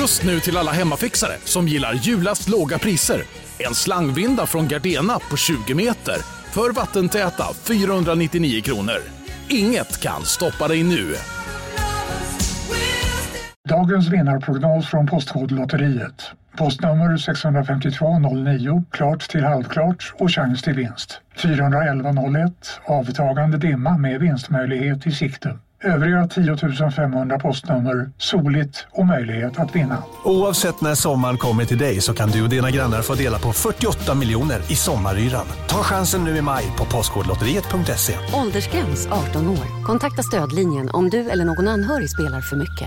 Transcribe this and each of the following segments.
Just nu till alla hemmafixare som gillar Julas låga priser. En slangvinda från Gardena på 20 meter för vattentäta 499 kronor. Inget kan stoppa dig nu. Dagens vinnarprognos från Postkodlotteriet. Postnummer 65209, klart till halvklart och chans till vinst. 41101, avtagande dimma med vinstmöjlighet i sikte. Övriga 10 500 postnummer, soligt och möjlighet att vinna. Oavsett när sommaren kommer till dig så kan du och dina grannar få dela på 48 miljoner i sommaryran. Ta chansen nu i maj på postkodlotteriet.se. Åldersgräns 18 år. Kontakta stödlinjen om du eller någon anhörig spelar för mycket.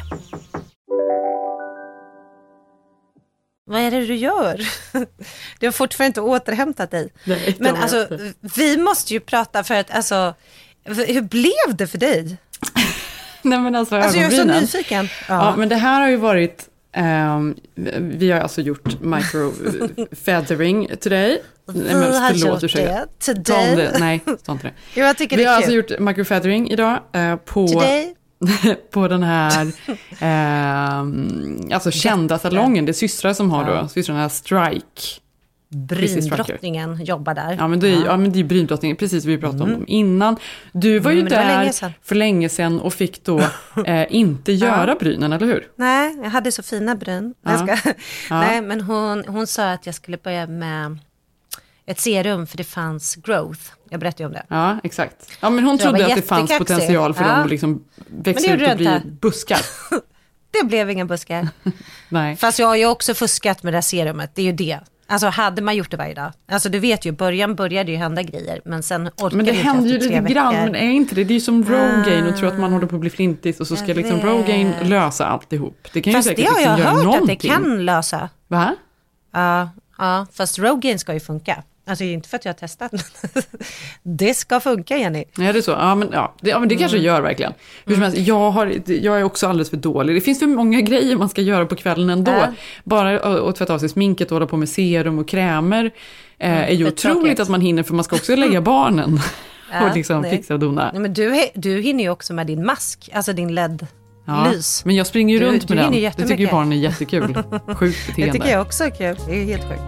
Vad är det du gör? Du har fortfarande inte återhämtat dig. Nej, men alltså, vi måste ju prata för att, alltså, hur blev det för dig? Nej, men alltså jag är så nyfiken. Ja, men det här har ju varit, vi har alltså gjort microfeathering today. Vi har gjort det today. Nej, stå inte det. Jo, jag tycker vi det är har kul. alltså gjort microfeathering idag på... Today. på den här alltså kända salongen. Det är systrar som har då, systrarna Strike. Bryndrottningen jobbar där. Ja, men det är Bryndrottningen, precis som vi pratade om innan. Du var ju där för länge sedan och fick då inte göra brynen, eller hur? Nej, jag hade så fina bryn. Nej, men hon sa att jag skulle börja med ett serum för det fanns growth. Jag berättade ju om det. Ja, exakt. Ja, men hon trodde att det fanns potential för dem att liksom växa ut och bli buskar. Det blev inga buskar. Nej. Fast jag har ju också fuskat med det här serumet. Det är ju det. Alltså hade man gjort det varje dag. Alltså du vet ju, början började ju hända grejer. Men sen orkade men det händer ju lite grann, men är inte det? Det är ju som Rogaine och tror att man håller på att bli flintis. Och så ska liksom Rogaine lösa alltihop. Det kan fast ju säkert det har jag hört någonting. att det kan lösa. Va? Ja, fast Rogaine ska ju funka. Alltså inte för att jag har testat. Det ska funka, Jenny. Ja, det är så. Ja, men det kanske gör verkligen. Hur som helst, jag är också alldeles för dålig. Det finns för många grejer man ska göra på kvällen ändå. Bara att tvätta av sig sminket och hålla på med serum och krämer är ju otroligt att man hinner, för man ska också lägga barnen och liksom fixa och dona. Nej, men du hinner ju också med din mask, alltså din LED-lys. Men jag springer ju runt med den. Det tycker ju barnen är jättekul. Sjukt beteende. Det tycker jag också är kul. Det är helt sjukt.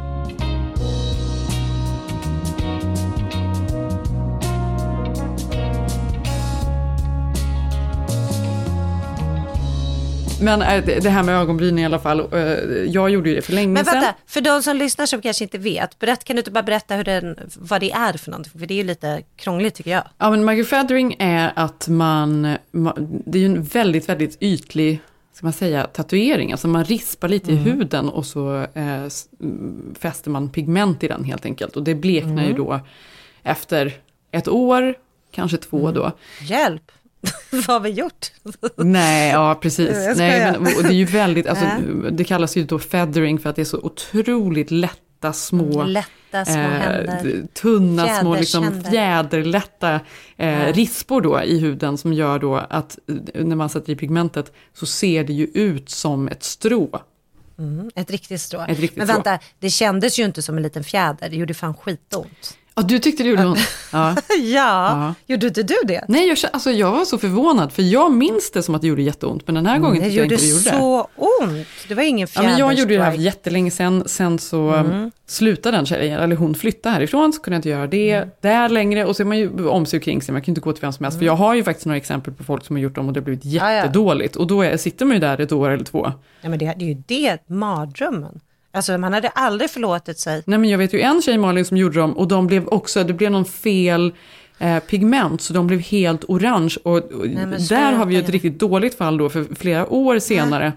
Men det här med ögonbryn i alla fall, jag gjorde ju det för länge sedan. Men vänta, för de som lyssnar som kanske inte vet, kan du inte bara berätta vad det är för någonting? För det är ju lite krångligt tycker jag. Ja, men microfeathering är att det är ju en väldigt, väldigt ytlig, ska man säga, tatuering. Alltså man rispar lite i huden och så fäster man pigment i den helt enkelt. Och det bleknar ju då efter 1 år, kanske 2 då. Hjälp! Vad har vi gjort? Nej, ja precis. Nej, men, och det är ju väldigt, alltså, det kallas ju då feathering för att det är så otroligt lätta små händer. Tunna små liksom fjäderlätta rispor då i huden som gör då att när man sätter i pigmentet så ser det ju ut som ett strå. Ett riktigt strå. Men vänta, det kändes ju inte som en liten fjäder. Det gjorde fan skitont. Ja, du tyckte det gjorde ont. Ja. Gjorde inte du det? Nej, jag var så förvånad. För jag minns det som att det gjorde jätteont. Men den här gången tyckte jag inte det gjorde det. Det gjorde så ont. Det var ingen fjäderstrike. Ja, men jag gjorde det här jättelänge sedan. Sen så slutade den tjejen. Eller hon flyttade härifrån. Så kunde jag inte göra det där längre. Och så är man ju om sig kring sig. Man kan inte gå till vem som helst. För jag har ju faktiskt några exempel på folk som har gjort dem. Och det har blivit jättedåligt. Och då sitter man ju där 1 år eller 2. Ja, men det är ju det mardrömmen. Alltså man hade aldrig förlåtit sig. Nej, men jag vet ju en tjej, Malin, som gjorde dem och de blev också, det blev någon fel pigment så de blev helt orange och där har vi ju ett riktigt dåligt fall då för flera år senare.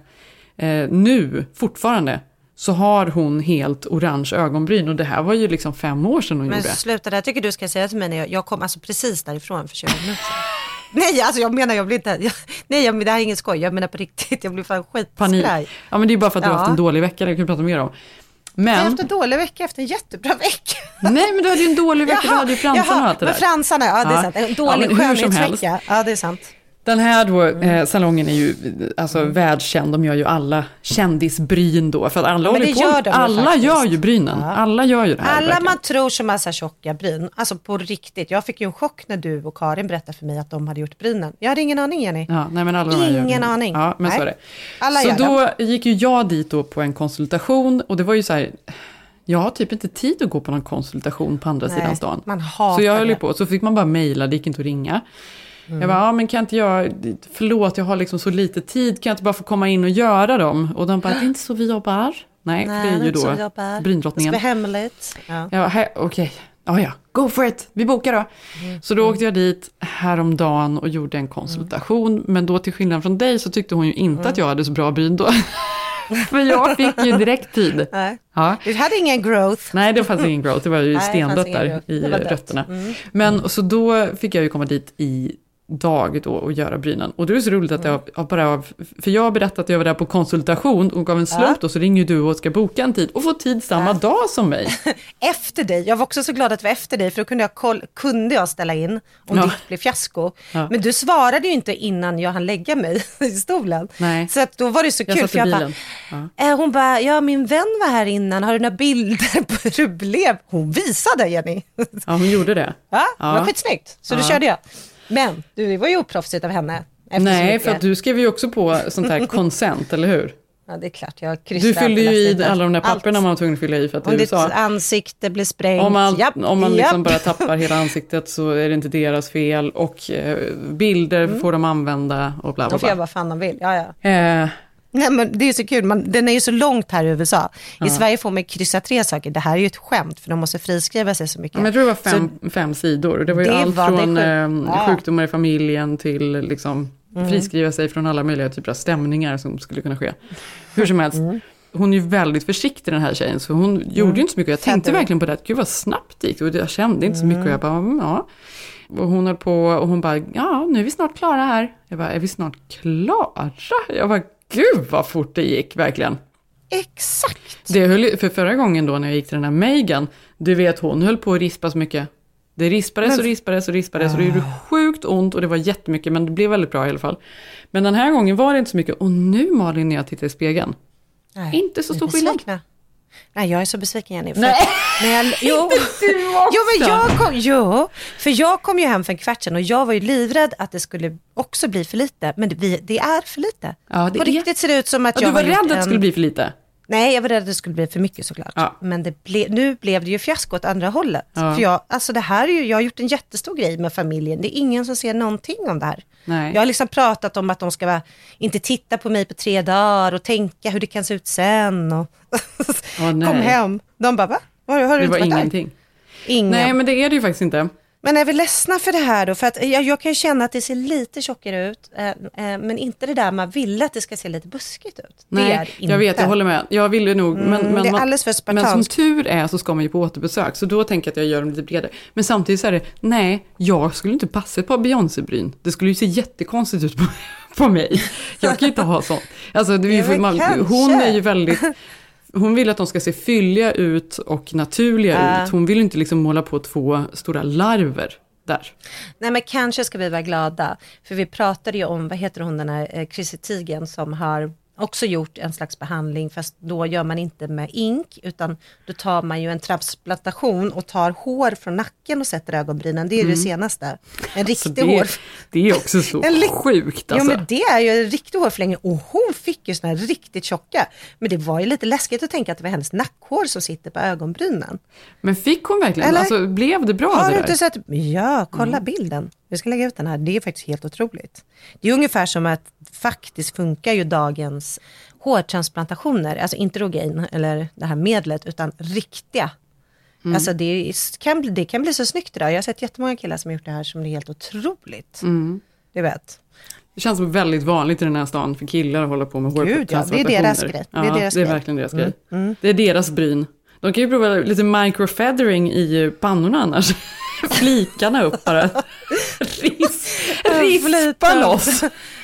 Nu fortfarande så har hon helt orange ögonbryn och det här var ju liksom 5 år sedan hon gjorde det. Men sluta där, jag tycker du ska säga till mig när jag kom alltså precis därifrån för 20 minuter sedan. Nej, alltså jag menar jag blir inte... Nej, det här är ingen skoj. Jag menar på riktigt, jag blir fan skitskraj. Ja, men det är bara för att du har haft en dålig vecka. Det kan vi prata mer om. Men... Jag har haft en dålig vecka efter en jättebra vecka. Nej, men du hade ju en dålig vecka. Du hade ju fransarna och allt det där. Men fransarna, ja det är sant. En dålig skönhetsvecka. Ja, det är sant. Den här då, salongen är ju alltså världskänd. De gör ju alla kändisbryn då. För att alla gör ju brynen. Ja. Alla gör ju det här. Alla verkligen. Man tror som massa tjocka bryn. Alltså på riktigt. Jag fick ju en chock när du och Karin berättade för mig att de hade gjort brynen. Jag hade ingen aning, Jenny. Ja, nej, men alla ingen aning. Ja, men nej. så är det. Alla så gör då det. gick ju jag dit då på en konsultation. Och det var ju så här... Jag har typ inte tid att gå på någon konsultation på andra sidan stan. Man hatar så jag höll på. Så fick man bara mejla, det gick inte att ringa. Jag bara, men kan inte jag, förlåt jag har liksom så lite tid, kan jag inte bara få komma in och göra dem? Och de bara, det är inte så vi jobbar. Nej, för det är ju då bryndrottningen. Det ska vara hemligt. Ja. Jag bara, okej. Ja, go for it, vi bokar då. Så då åkte jag dit häromdagen och gjorde en konsultation. Men då till skillnad från dig så tyckte hon ju inte att jag hade så bra bryn då. För jag fick ju direkt tid. Nej. Ja. Du hade ingen growth. Nej, det fanns ingen growth. Det var ju stendött där i rötterna. Men så då fick jag ju komma dit i dag då och göra brynen. Och det är så roligt att jag bara... För jag har berättat att jag var där på konsultation och gav en slump och så ringer du och ska boka en tid och få tid samma dag som mig. Efter dig. Jag var också så glad att det var efter dig för då kunde jag ställa in om det blev fiasko. Ja. Men du svarade ju inte innan jag hann lägga mig i stolen. Nej. Så att då var det så kul för jag bara, hon bara, min vän var här innan, har du några bilder på hur det blev? Hon visade, Jenny. Ja, hon gjorde det. Ja, det var skitsnyggt. Så då körde jag. Men det var ju oproffsigt av henne. Nej, för att du skrev ju också på sånt här consent, eller hur? Ja, det är klart. Du fyllde ju i alla de där papperna man var tvungen att fylla i för att om ditt ansikte blir sprängt. Om man liksom bara tappar hela ansiktet så är det inte deras fel. Och bilder får de använda och bla bla bla. De får göra vad fan de vill, Nej, men det är så kul, den är ju så långt här i USA. I Sverige får man kryssa 3 saker. Det här är ju ett skämt för de måste friskriva sig så mycket. Men jag tror det var 5 sidor. Det var ju allt från sjukdomar i familjen till liksom friskriva sig från alla möjliga typer av stämningar som skulle kunna ske. Hur som helst. Hon är ju väldigt försiktig den här tjejen så hon gjorde inte så mycket. Jag tänkte verkligen på det att gud vad snabbt det gick och jag kände inte så mycket och jag bara och hon höll på och hon bara nu är vi snart klara här. Jag bara är vi snart klara? Jag bara gud vad fort det gick, verkligen. Exakt. För förra gången då när jag gick till den här Megan, du vet hon höll på att rispa så mycket. Det rispades och det gjorde sjukt ont och det var jättemycket men det blev väldigt bra i alla fall. Men den här gången var det inte så mycket och nu Malin när jag tittar i spegeln. Nej, inte så stor skillnad. Nej, jag är så besviken, Jenny. För jag kom ju hem för en kvart sedan och jag var ju livrädd att det skulle också bli för lite. Men det är för lite. Ja, på riktigt ser det ut som att jag du var rädd att det skulle bli för lite? Nej, jag var rädd att det skulle bli för mycket såklart. Ja. Men nu blev det ju fiasko åt andra hållet. Ja. För jag har gjort en jättestor grej med familjen. Det är ingen som ser någonting om det här. Nej. Jag har liksom pratat om att de ska inte titta på mig på 3 dagar och tänka hur det kan se ut sen. Och kom hem. De bara, va? Har du det var ingenting. Nej, men det är det ju faktiskt inte. Men är vi ledsna för det här då? För att jag kan ju känna att det ser lite tjockare ut. Men inte det där man vill att det ska se lite buskigt ut. Nej, det är inte. Jag vet, jag håller med. Jag ville nog. Men det är alldeles för spartanskt. Men som tur är så ska man ju på återbesök. Så då tänker jag att jag gör dem lite bredare. Men samtidigt så är det, jag skulle inte passa ett par Beyoncé-bryn. Det skulle ju se jättekonstigt ut på mig. Jag kan inte ha sånt. Alltså, hon är ju väldigt... Hon vill att de ska se fylliga ut och naturliga ut. Hon vill inte liksom måla på 2 stora larver där. Nej, men kanske ska vi vara glada. För vi pratade ju om, vad heter hon, den här Chrissy Teigen som har också gjort en slags behandling. Fast då gör man inte med ink utan då tar man ju en transplantation och tar hår från nacken och sätter ögonbrynen. Det är det senaste. En riktig hår. Det är också så sjukt alltså. Ja, men det är ju en riktig hårförlängning och hon fick ju såna här riktigt tjocka. Men det var ju lite läskigt att tänka att det var hennes nackhår som sitter på ögonbrynen. Men fick hon verkligen? Eller? Alltså, blev det bra? Har du inte sett? Ja, kolla bilden. Jag ska lägga ut den här. Det är faktiskt helt otroligt. Det är ungefär som att faktiskt funkar ju dagens hårtransplantationer. Alltså inte Rogaine eller det här medlet utan riktiga. Alltså det kan bli så snyggt idag. Jag har sett jättemånga killar som har gjort det här som det är helt otroligt. Det vet. Det känns som väldigt vanligt i den här stan för killar att hålla på med hårtransplantationer. Det är deras grej. Det är verkligen deras grej. Det är deras bryn. De kan ju prova lite microfeathering i pannorna annars. Flikarna upp bara. Rispa loss.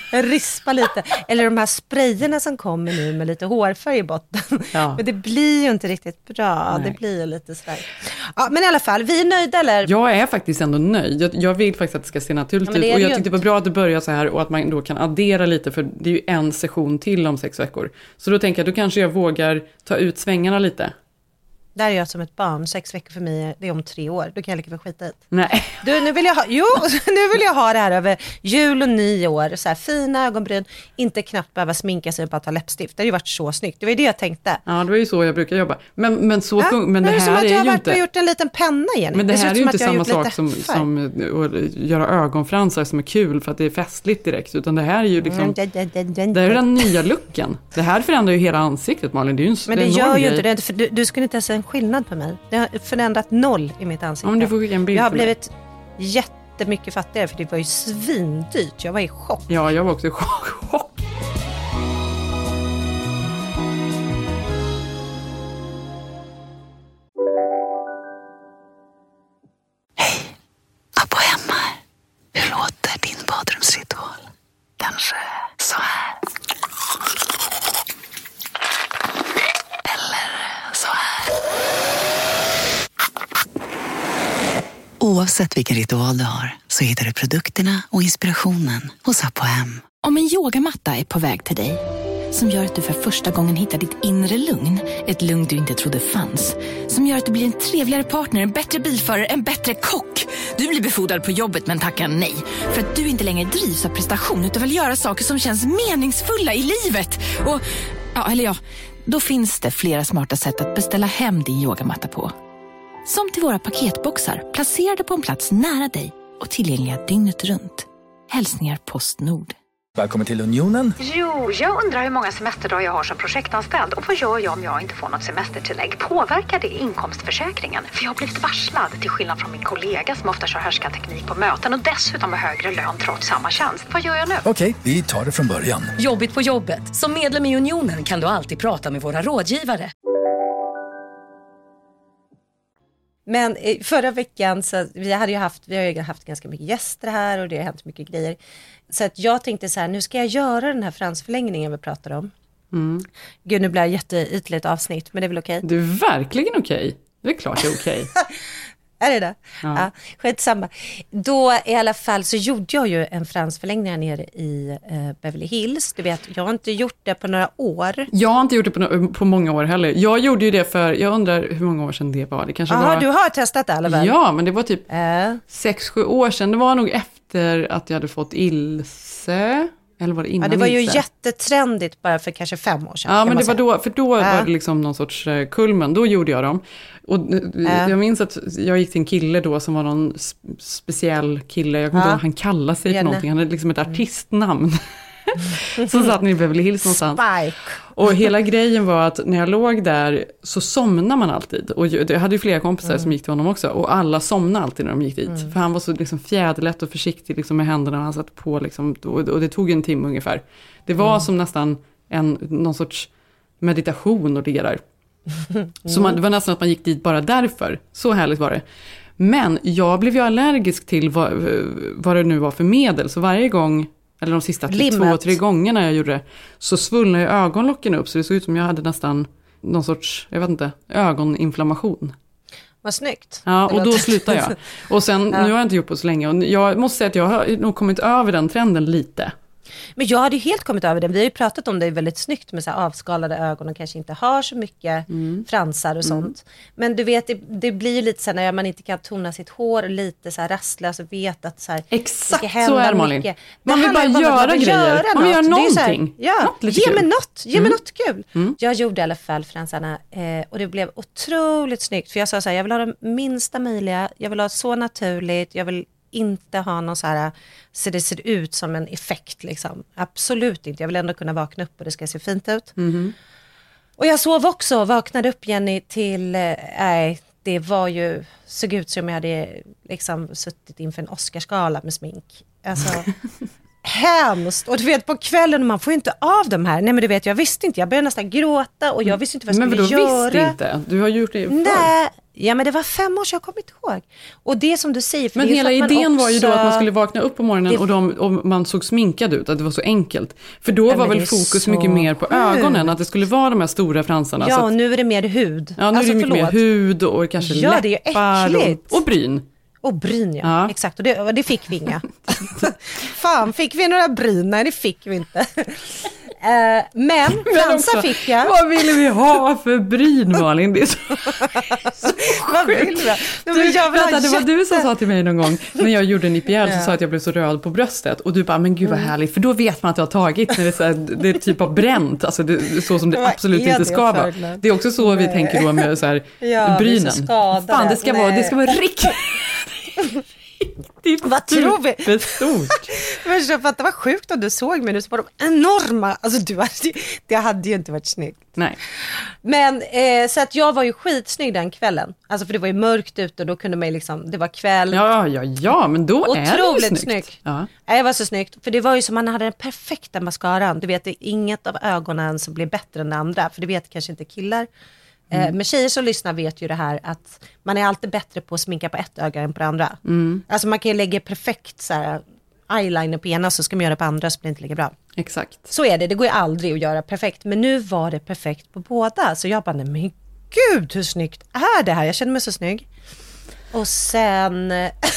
Jag rispar lite. Eller de här sprayerna som kommer nu med lite hårfärg i botten. Ja. Men det blir ju inte riktigt bra. Nej. Det blir ju lite sådär. Ja, men i alla fall, vi är nöjda eller? Jag är faktiskt ändå nöjd. Jag vill faktiskt att det ska se naturligt ut. Och jag tyckte det var bra att det börjar så här och att man då kan addera lite, för det är ju en session till om 6 veckor. Så då tänker jag, då kanske jag vågar ta ut svängarna lite. Där är jag som ett barn, 6 veckor för mig, det är om 3 år. Då kan jag lika väl skita i. Nej. Nu vill jag ha det här över jul och nyår. Så här, fina ögonbryn, inte knappt behöva sminka sig och bara ta läppstift. Det har ju varit så snyggt. Det var ju det jag tänkte. Ja, det var ju så jag brukar jobba. Men det här är ju inte... som att jag har varit och gjort en liten penna igen. Men det här är ju inte samma sak som att göra ögonfransar som är kul för att det är festligt direkt. Utan det här är ju liksom... Det är den nya looken. Det här förändrar ju hela ansiktet, Malin. Det är ju men det gör ju inte det, för du skulle inte ens säga skillnad på mig. Det har förändrat 0 i mitt ansikte. Om du får skicka en bild. Jag har blivit jättemycket fattigare, för det var ju svindyrt. Jag var i chock. Ja, jag var också i chock. Hej, Abbo hemma. Hur låter din badrumsritual? Kanske så här. Så här. Oavsett vilken ritual du har så hittar du produkterna och inspirationen hos Apohem. Om en yogamatta är på väg till dig, som gör att du för första gången hittar ditt inre lugn, ett lugn du inte trodde fanns, som gör att du blir en trevligare partner, en bättre bilförare, en bättre kock. Du blir befordrad på jobbet men tackar nej, för att du inte längre drivs av prestation utan vill göra saker som känns meningsfulla i livet. Och, då finns det flera smarta sätt att beställa hem din yogamatta på. Som till våra paketboxar, placerade på en plats nära dig och tillgängliga dygnet runt. Hälsningar Postnord. Välkommen till Unionen. Jo, jag undrar hur många semesterdagar jag har som projektanställd. Och vad gör jag om jag inte får något semestertillägg? Påverkar det inkomstförsäkringen? För jag har blivit varslad, till skillnad från min kollega som ofta kör härskarteknik på möten och dessutom har högre lön trots samma tjänst. Vad gör jag nu? Okej, vi tar det från början. Jobbigt på jobbet. Som medlem i Unionen kan du alltid prata med våra rådgivare. Men förra veckan så vi har ju haft ganska mycket gäster här och det har hänt mycket grejer. Så att jag tänkte så här, nu ska jag göra den här fransförlängningen vi pratar om. Gud, nu blir det jätteytligt avsnitt, men det är väl okej? Det är verkligen okej. Det är klart det är okej. Är det? Ja, skitsamma. Då i alla fall så gjorde jag ju en fransförlängning här nere i Beverly Hills. Du vet, jag har inte gjort det på några år. Jag har inte gjort det på många år heller. Jag gjorde ju det för, jag undrar hur många år sedan det var. Det kanske var... du har testat det eller väl? Ja, men det var typ 6-7 år sedan. Det var nog efter att jag hade fått Ilse. Eller var det innan? Ja, det var ju Ilse? Jättetrendigt bara för kanske 5 år sedan. Ja, men det var då, för då var det liksom någon sorts kulmen. Då gjorde jag dem. Och jag minns att jag gick till en kille då som var någon speciell kille. Jag kommer inte ihåg, han kallade sig för någonting. Han hade liksom ett artistnamn. Så satt ni i Beverly Hills någonstans. Spike. Och hela grejen var att när jag låg där så somnar man alltid. Och jag hade ju flera kompisar som gick till honom också. Och alla somnade alltid när de gick dit. För han var så liksom fjäderlätt och försiktig liksom med händerna. Han satt på liksom, och det tog en timme ungefär. Det var som nästan någon sorts meditation och det där. Så det var nästan att man gick dit bara därför. Så härligt var det. Men jag blev ju allergisk till vad det nu var för medel. Så varje gång, eller de sista 2-3 gångerna jag gjorde det, så svullnade ju ögonlocken upp. Så det såg ut som jag hade nästan någon sorts, jag vet inte, ögoninflammation. Vad snyggt. Ja, och då slutade jag. Och sen, nu har jag inte gjort på så länge. Och jag måste säga att jag har nog kommit över den trenden lite. Men jag hade ju helt kommit över det. Vi har ju pratat om det väldigt snyggt med så här avskalade ögon och kanske inte har så mycket fransar och sånt. Men du vet, det blir ju lite så här när man inte kan tona sitt hår lite så här rastlös och vet att så här, exakt så är det, Malin. Man vill bara göra grejer. Man vill göra någonting. Ge mig något kul. Jag gjorde i alla fall fransarna och det blev otroligt snyggt. För jag sa så här, jag vill ha det minsta möjliga. Jag vill ha det så naturligt. Jag vill inte ha någon så här, så det ser ut som en effekt liksom. Absolut inte. Jag vill ändå kunna vakna upp och det ska se fint ut. Och jag sov också, vaknade upp Jenny till, det var ju, såg ut som jag hade liksom suttit inför en Oscarsgala med smink. Alltså, hemskt. Och du vet, på kvällen, man får ju inte av de här. Nej, men du vet, jag visste inte. Jag började nästan gråta och jag visste inte vad jag skulle göra. Men du visste inte? Du har gjort det förr. Nej. Ja, men det var 5 år så jag kommer inte ihåg. Och det som du säger... För men det hela idén var ju då att man skulle vakna upp på morgonen det... och man såg sminkad ut, att det var så enkelt. För då var väl fokus mycket mer på ögonen, att det skulle vara de här stora fransarna. Ja, så och nu är det mer hud. Ja, nu är det mycket mer hud och kanske läppar. Det är ju äckligt. Och bryn. Och bryn, ja. Exakt. Och det fick vi inga. Fan, fick vi några bryn? Nej, det fick vi inte. Men fransar fick jag. Vad ville vi ha för bryn, Malin? Det är så vad vill vi? Det var du som sa till mig någon gång när jag gjorde en IPL så sa att jag blev så röd på bröstet. Och du bara, men gud vad härligt. För då vet man att jag har tagit när det är, så här, det är typ av bränt. Alltså det, så som det absolut inte ska vara. Det är också så vi tänker då med så här, brynen. Fan, det ska vara riktigt. Vad tror vi? Det är stort. Men jag fattar vad sjukt om du såg mig nu, så var de enorma. Alltså det hade ju inte varit snyggt. Nej. Men så att jag var ju skitsnygg den kvällen. Alltså för det var ju mörkt ute och då kunde man ju liksom, det var kväll. Ja, men då är det ju snyggt. Ja. Jag var så snyggt. För det var ju som man hade den perfekta mascaran. Du vet, det är inget av ögonen som blir bättre än det andra. För det vet kanske inte killar. Men tjejer som lyssnar vet ju det här att man är alltid bättre på att sminka på ett öga än på det andra. Alltså man kan ju lägga perfekt så här, eyeliner på ena, så ska man göra på andra så blir det inte lika bra. Exakt. Så är det går ju aldrig att göra perfekt. Men nu var det perfekt på båda. Så jag bara, nej men gud hur snyggt är det här? Jag känner mig så snygg. Och sen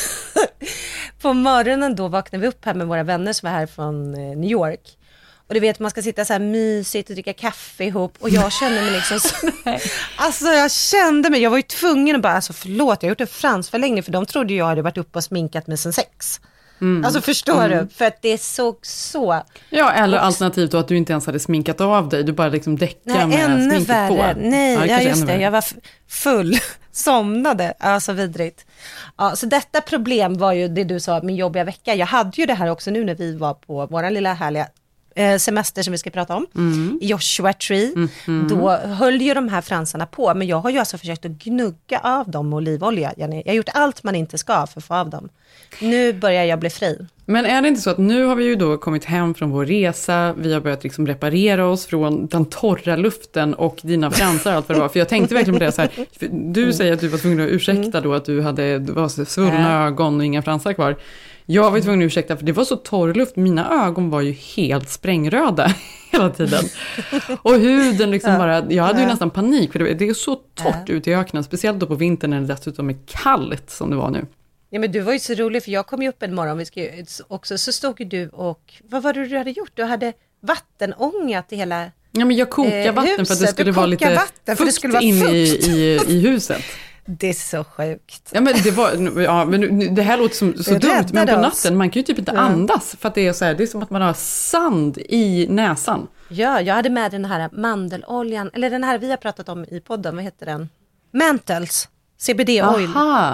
på morgonen då vaknade vi upp här med våra vänner som var här från New York. Och du vet, man ska sitta så här mysigt och dricka kaffe ihop. Och jag kände mig liksom så... Alltså jag var ju tvungen att bara, alltså förlåt, jag har gjort en fransförlängning. För de trodde jag hade varit uppe och sminkat mig sen 6. Alltså förstår du? För att det såg så... Ja, eller alternativt då att du inte ens hade sminkat av dig. Du bara liksom däckar med sminket värre. På. Nej, just det. Jag var full. Somnade. Alltså vidrigt. Ja, så detta problem var ju det du sa, min jobbiga vecka. Jag hade ju det här också nu när vi var på vår lilla härliga semester som vi ska prata om. Joshua Tree. Då höll ju de här fransarna på. Men jag har ju alltså försökt att gnugga av dem med olivolja. Jag har gjort allt man inte ska för att få av dem. Nu börjar jag bli fri. Men är det inte så att nu har vi ju då kommit hem från vår resa, vi har börjat liksom reparera oss från den torra luften och dina fransar allt vad det var. För jag tänkte verkligen på det så här, du säger att du var tvungen att ursäkta då att du var så svullna ögon och inga fransar kvar. Jag var tvungen att ursäkta för det var så torr luft, mina ögon var ju helt sprängröda hela tiden. Och huden liksom bara, jag hade ju nästan panik för det är så torrt ute i öknen, speciellt då på vintern när det dessutom är kallt som det var nu. Ja, men du var ju så rolig för jag kom ju upp en morgon också, så stod du och, vad var det du hade gjort? Du hade vattenångat i hela Ja, men jag kokade vatten huset. För att det skulle vara lite fukt in i huset. Det är så sjukt. Ja, men det här låter så dumt, men på natten man kan ju typ inte andas för att det är så här, det är som att man har sand i näsan. Ja, jag hade med den här mandeloljan, eller den här vi har pratat om i podden, vad heter den? Mantles. CBD oil.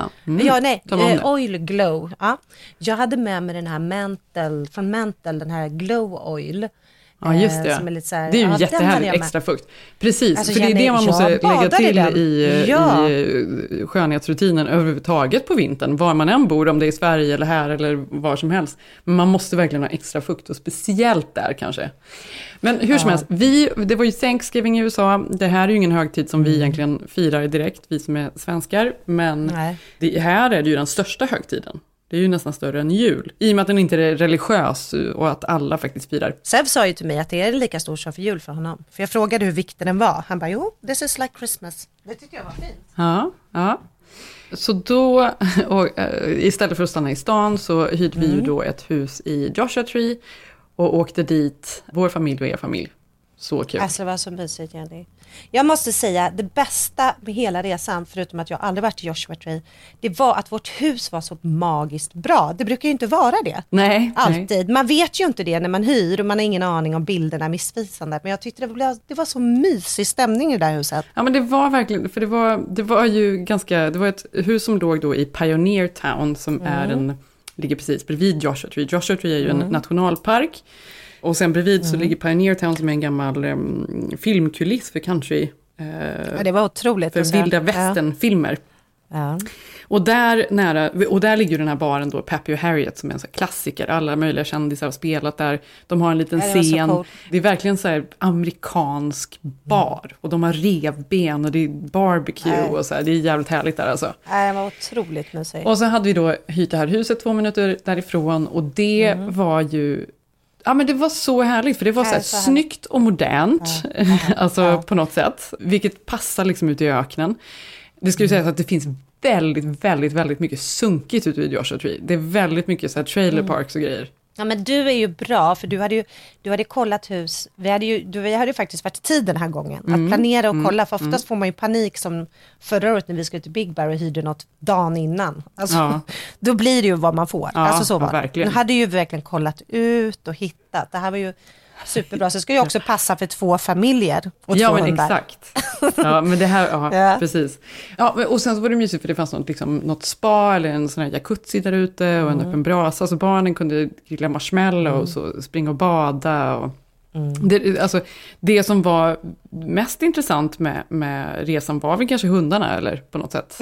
Oil glow. Ja. Jag hade med mig den här från Mantle, den här glow oil. Ja, just det. Som är lite så här, det är ju jättehärligt, extra fukt. Precis, alltså, för det är det man måste lägga till i skönhetsrutinen överhuvudtaget på vintern. Var man än bor, om det är i Sverige eller här eller var som helst. Men man måste verkligen ha extra fukt och speciellt där kanske. Men hur som helst, det var ju Thanksgiving i USA. Det här är ju ingen högtid som vi egentligen firar direkt, vi som är svenskar. Men här är det ju den största högtiden. Det är ju nästan större än jul. I och med att den inte är religiös och att alla faktiskt firar. Sev sa ju till mig att det är lika stor som för jul för honom. För jag frågade hur viktig den var. Han bara, jo, this is like Christmas. Det tyckte jag var fint. Ja. Så då, istället för att stanna i stan så hyrde vi ju då ett hus i Joshua Tree. Och åkte dit, vår familj och er familj. Så kul. Alltså det var så mysigt, Jenny. Jag måste säga, det bästa med hela resan, förutom att jag aldrig varit i Joshua Tree, det var att vårt hus var så magiskt bra. Det brukar ju inte vara det. Nej. Alltid. Man vet ju inte det när man hyr och man har ingen aning om bilderna är missvisande. Men jag tyckte det var så mysig stämning i det där huset. Ja, men det var verkligen, för det var ju ganska, det var ett hus som låg då i Pioneer Town som ligger precis bredvid Joshua Tree. Joshua Tree är ju en nationalpark. Och sen bredvid så ligger Pioneer Town som är en gammal filmkuliss för country. Ja, det var otroligt. För vilda västernfilmer. Ja. Och där ligger den här baren då, Pappy och Harriet, som är en sån här klassiker. Alla möjliga kändisar har spelat där. De har en liten scen. Det är verkligen så här amerikansk bar. Och de har revben och det är barbecue och så här. Det är jävligt härligt där alltså. Det var otroligt mysigt. Och så hade vi då hyrt det här huset 2 minuter därifrån. Och det var ju... Ja, men det var så härligt, för det var så här snyggt och modernt, alltså på något sätt, vilket passar liksom ut i öknen. Det skulle säga att det finns väldigt, väldigt, väldigt mycket sunkigt ute vid Joshua Tree. Det är väldigt mycket så här trailer parks och grejer. Ja, men du är ju bra, för du hade kollat hus. Vi hade ju faktiskt varit i tid den här gången att planera och kolla, för oftast får man ju panik som förra året när vi skulle till Big Bear och hyrde något dagen innan. Alltså, då blir det ju vad man får. Alltså så var det. Du hade ju verkligen kollat ut och hittat. Det här var ju superbra. Så det ska ju också passa för 2 familjer och 2 hundar. Men exakt. Ja, men det här, precis. Ja, och sen så var det mysigt för det fanns något spa eller en sån här jacuzzi där ute och en öppen brasa. Så barnen kunde grilla marshmallow och så springa och bada. Och det som var mest intressant med resan var väl kanske hundarna, eller på något sätt.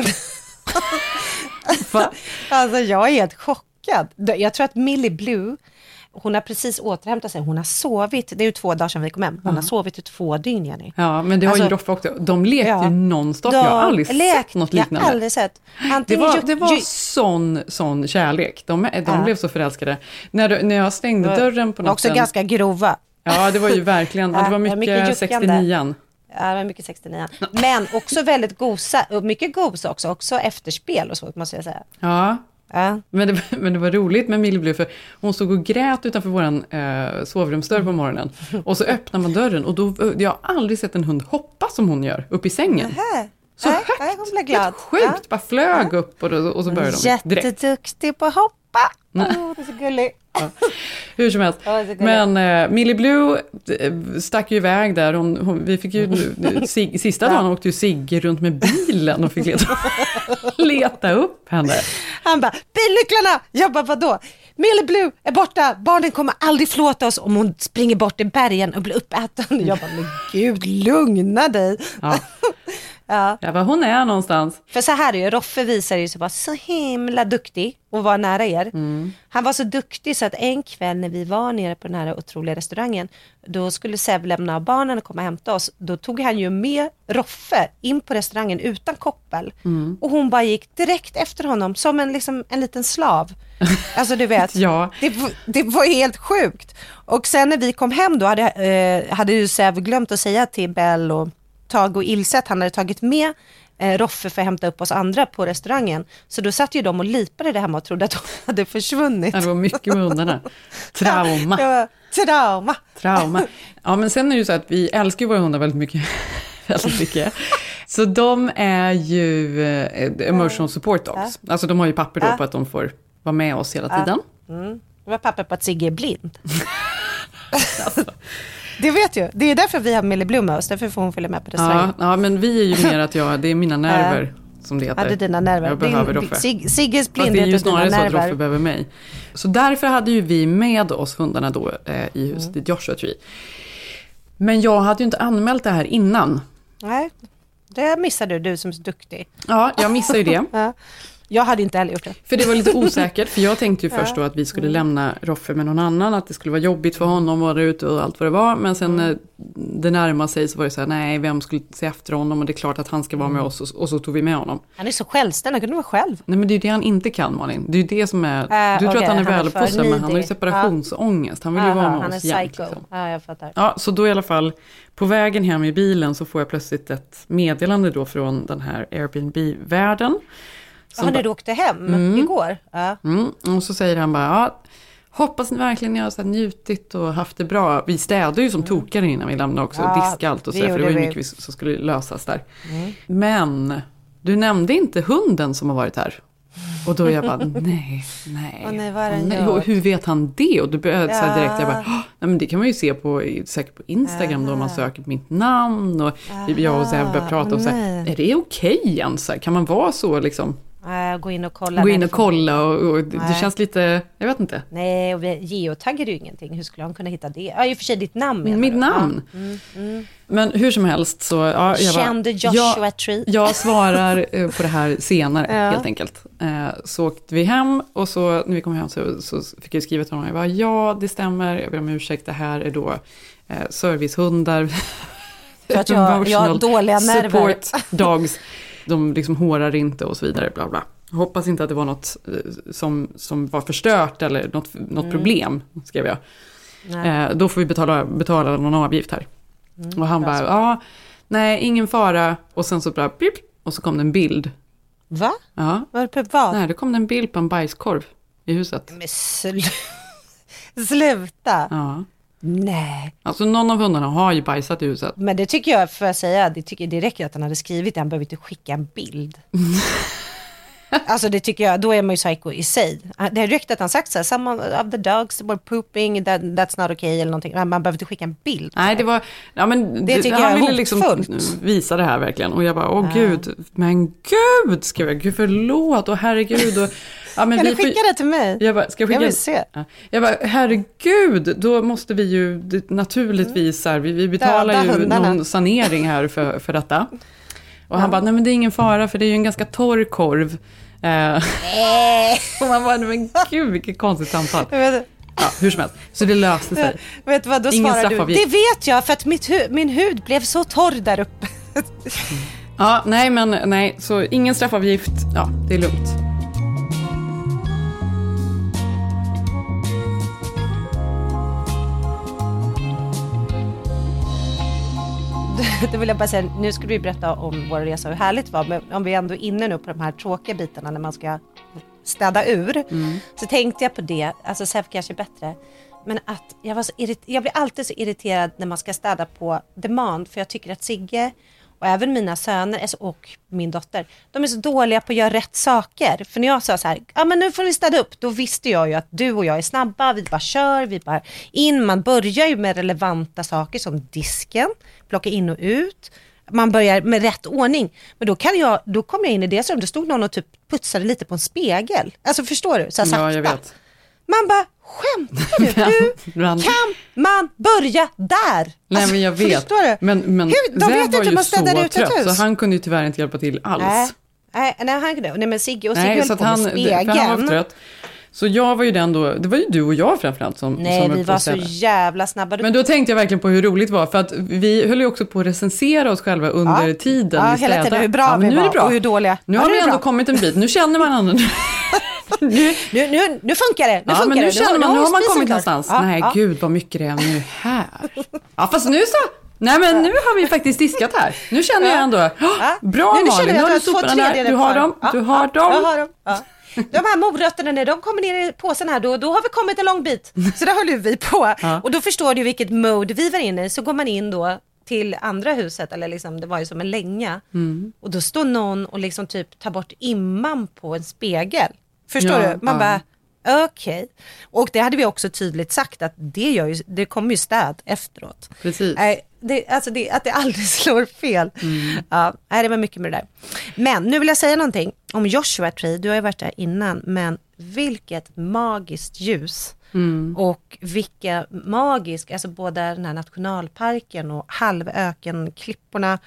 Alltså jag är helt chockad. Jag tror att Millie Blue, hon har precis återhämtat sig. Hon har sovit, det är ju 2 dagar sedan vi kom hem. Hon har sovit i 2 dygn, Jenny. Ja, men det har ju Roffe också. De lekte ju nonstop. Jag har aldrig sett något liknande. Jag har aldrig sett. Det var sån kärlek. De blev så förälskade. När jag stängde dörren på natten. Också ganska grova. Ja, det var ju verkligen. Det var mycket 69an. Ja, det var mycket 69. Men också väldigt gosa. Och mycket gosa också efterspel och så, måste jag säga. Ja. Men det var roligt med Millie Blue, för hon stod och grät utanför våran sovrumsdörr på morgonen. Och så öppnar man dörren och då, jag har aldrig sett en hund hoppa som hon gör upp i sängen. Så högt, hon blev glad. Sjukt, bara flög upp och så började de direkt. Jätteduktig på att hoppa. Det är så gulligt. Ja. Hur som helst. Men Millie Blue stack ju iväg där. Vi fick ju sista dagen åkte ju Sigge runt med bilen och fick leta upp henne. Han bara, bilnycklarna! Jag bara, vadå? Millie Blue är borta. Barnen kommer aldrig förlåta oss om hon springer bort i bergen och blir uppäten. Jag bara, men gud, lugna dig. Ja. Ja, var hon är någonstans. För så här är ju, Roffe visar ju sig vara så himla duktig och var nära er. Han var så duktig så att en kväll när vi var nere på den här otroliga restaurangen, då skulle Sev lämna barnen och komma och hämta oss. Då tog han ju med Roffe in på restaurangen utan koppel. Och hon bara gick direkt efter honom som en liten slav. Alltså du vet, det var helt sjukt. Och sen när vi kom hem då hade ju Sev glömt att säga till Bell och Tage och Ilse att han hade tagit med Roffe för att hämta upp oss andra på restaurangen. Så då satt ju de och lipade det hemma och trodde att de hade försvunnit. Ja, det var mycket med hundarna. Trauma. Ja, men sen är det ju så att vi älskar ju våra hundar väldigt mycket. Väldigt mycket. Så de är ju emotional support dogs. Alltså de har ju papper då på att de får vara med oss hela tiden. Det var papper på att Sigge är blind. Alltså. Det vet ju. Det är därför vi har Millie Blue med oss. Därför får hon följa med på restaurangen. Ja, men vi är ju mer att det är mina nerver som det heter. Ja, det är dina nerver. Jag behöver Roffe. Sigges blindhet och dina nerver. Det är ju snarare så att Roffe behöver mig. Så därför hade ju vi med oss hundarna då i huset i Joshua Tree. Men jag hade ju inte anmält det här innan. Nej, det missade du som är så duktig. Ja, jag missade ju det. Jag hade inte heller gjort det. För det var lite osäkert. För jag tänkte ju först då att vi skulle lämna Roffe med någon annan. Att det skulle vara jobbigt för honom att vara ute och allt vad det var. Men sen när det närmade sig så var det så här, nej, vem skulle se efter honom? Och det är klart att han ska vara med oss. Och så tog vi med honom. Han är så självständig, han kunde vara själv. Nej, men det är det han inte kan, Malin. Det är ju det som är... Du tror att han är väluppfostrad, men han har ju separationsångest. Han vill ju vara med oss jämt. Liksom. Ja, jag fattar. Ja, så då i alla fall, på vägen hem i bilen så får jag plötsligt ett meddelande då från den här Airbnb-världen. Har du åkte hem igår? Ja. Och så säger han bara, hoppas ni verkligen ni har så här njutit och haft det bra. Vi städade ju som tokare innan vi lämnade också. Diska allt och så. För det var ju mycket som skulle lösas där. Men du nämnde inte hunden som har varit här. Och då jag bara, nej. Hur vet han det? Och då började jag så direkt, jag bara, nej, men det kan man ju se säkert på Instagram då man söker på mitt namn. Och jag och Zeb började prata och så här, är det okej ens? Kan man vara så liksom? gå in och kolla. Gå in och kolla och det känns lite, jag vet inte. Nej, och geotaggar ju ingenting. Hur skulle han kunna hitta det? Ja, i och för sig ditt namn menar Mitt du? namn. Men hur som helst så... Ja, kände Joshua Tree. Jag svarar på det här senare helt enkelt. Så åkte vi hem och så när vi kom hem så fick jag skriva till honom. Jag bara, ja det stämmer, jag ber om ursäkt, det här är då servicehundar. För att jag har dåliga nerver. Support dogs. De liksom hårar inte och så vidare, bla bla. Jag hoppas inte att det var något som var förstört eller något problem, skrev jag. Då får vi betala någon avgift här. Och han bara, nej, ingen fara. Och sen så bara, pip, och så kom det en bild. Va? Ja. Vad? Nej, det kom en bild på en bajskorv i huset. Men sluta. Ja. Nej. Alltså någon av hundarna har ju bajsat i huset. Men det tycker jag, för att säga, det räcker att han hade skrivit det. Han behöver inte skicka en bild. Alltså det tycker jag, då är man ju psycho i sig. Det är räckt att han sagt så här, some of the dogs were pooping, that's not okay eller någonting. Man behöver inte skicka en bild. Nej, det var, ja men det tycker han jag ville liksom visa det här verkligen. Och jag bara, gud, men gud, ska jag, gud förlåt, och herregud. Och, ja, men kan du skicka det till mig? Jag bara, ska jag skicka? Jag vill se. Ja. Jag bara, herregud, då måste vi ju naturligtvis här, vi betalar ju någon sanering här för detta. Och han bara, nej men det är ingen fara för det är ju en ganska torr korv. Och man bara, men gud vilket konstigt samtal. Ja, hur som helst. Så det löste sig. Vet du vad, då svarar du, det vet jag för att min hud blev så torr där uppe. Ja, nej, så ingen straffavgift. Ja, det är lugnt. Det vill jag bara säga, nu skulle vi berätta om vår resa, hur härligt det var. Men om vi ändå är inne nu på de här tråkiga bitarna när man ska städa ur. Så tänkte jag på det, alltså Säf kanske bättre. Men att jag blir alltid så irriterad när man ska städa på demand. För jag tycker att Sigge och även mina söner och min dotter, de är så dåliga på att göra rätt saker. För när jag sa så här, ja men nu får ni städa upp, då visste jag ju att du och jag är snabba, vi bara kör, vi bara in. Man börjar ju med relevanta saker som disken, plocka in och ut. Man börjar med rätt ordning. Men då kom jag in i det som det stod någon och typ putsade lite på en spegel. Alltså förstår du? Så här sakta. Ja, jag vet. Man bara, skämtar du? Hur kan man börja där? Nej, men jag vet. Förstår du? Men de vet inte hur man städar ut ett hus. Så han kunde ju tyvärr inte hjälpa till alls. Nej, men Sigge höll på med spegeln. Han var trött. Så jag var ju den då, det var ju du och jag framförallt som vi var så jävla snabba. Men då tänkte jag verkligen på hur roligt det var, för att vi höll ju också på att recensera oss själva under tiden. Ja, hela tiden hur bra vi var och hur dåliga. Nu har vi ändå kommit en bit, nu känner man annan. Nu funkar det. Nu har man kommit någonstans. Nej, gud vad mycket det är nu här. Ja, fast nu så. Nej, men nu har vi faktiskt diskat här. Nu känner jag ändå, bra Malin, nu har du soporna här. Du har dem. Jag har dem. De här morötterna, när de kommer ner i påsen här, då har vi kommit en lång bit. Så där håller vi på. Och då förstår du vilket mode vi var inne i. Så går man in då till andra huset, eller liksom, det var ju som en länga. Och då står någon och liksom typ tar bort imman på en spegel. Förstår du? Man bara, okej. Och det hade vi också tydligt sagt att det kommer ju städ efteråt. Precis. Att det aldrig slår fel. Ja, det var mycket med det där. Men nu vill jag säga någonting om Joshua Tree. Du har ju varit där innan, men vilket magiskt ljus. Och vilka magisk, alltså både den här nationalparken och halvöken, klipporna,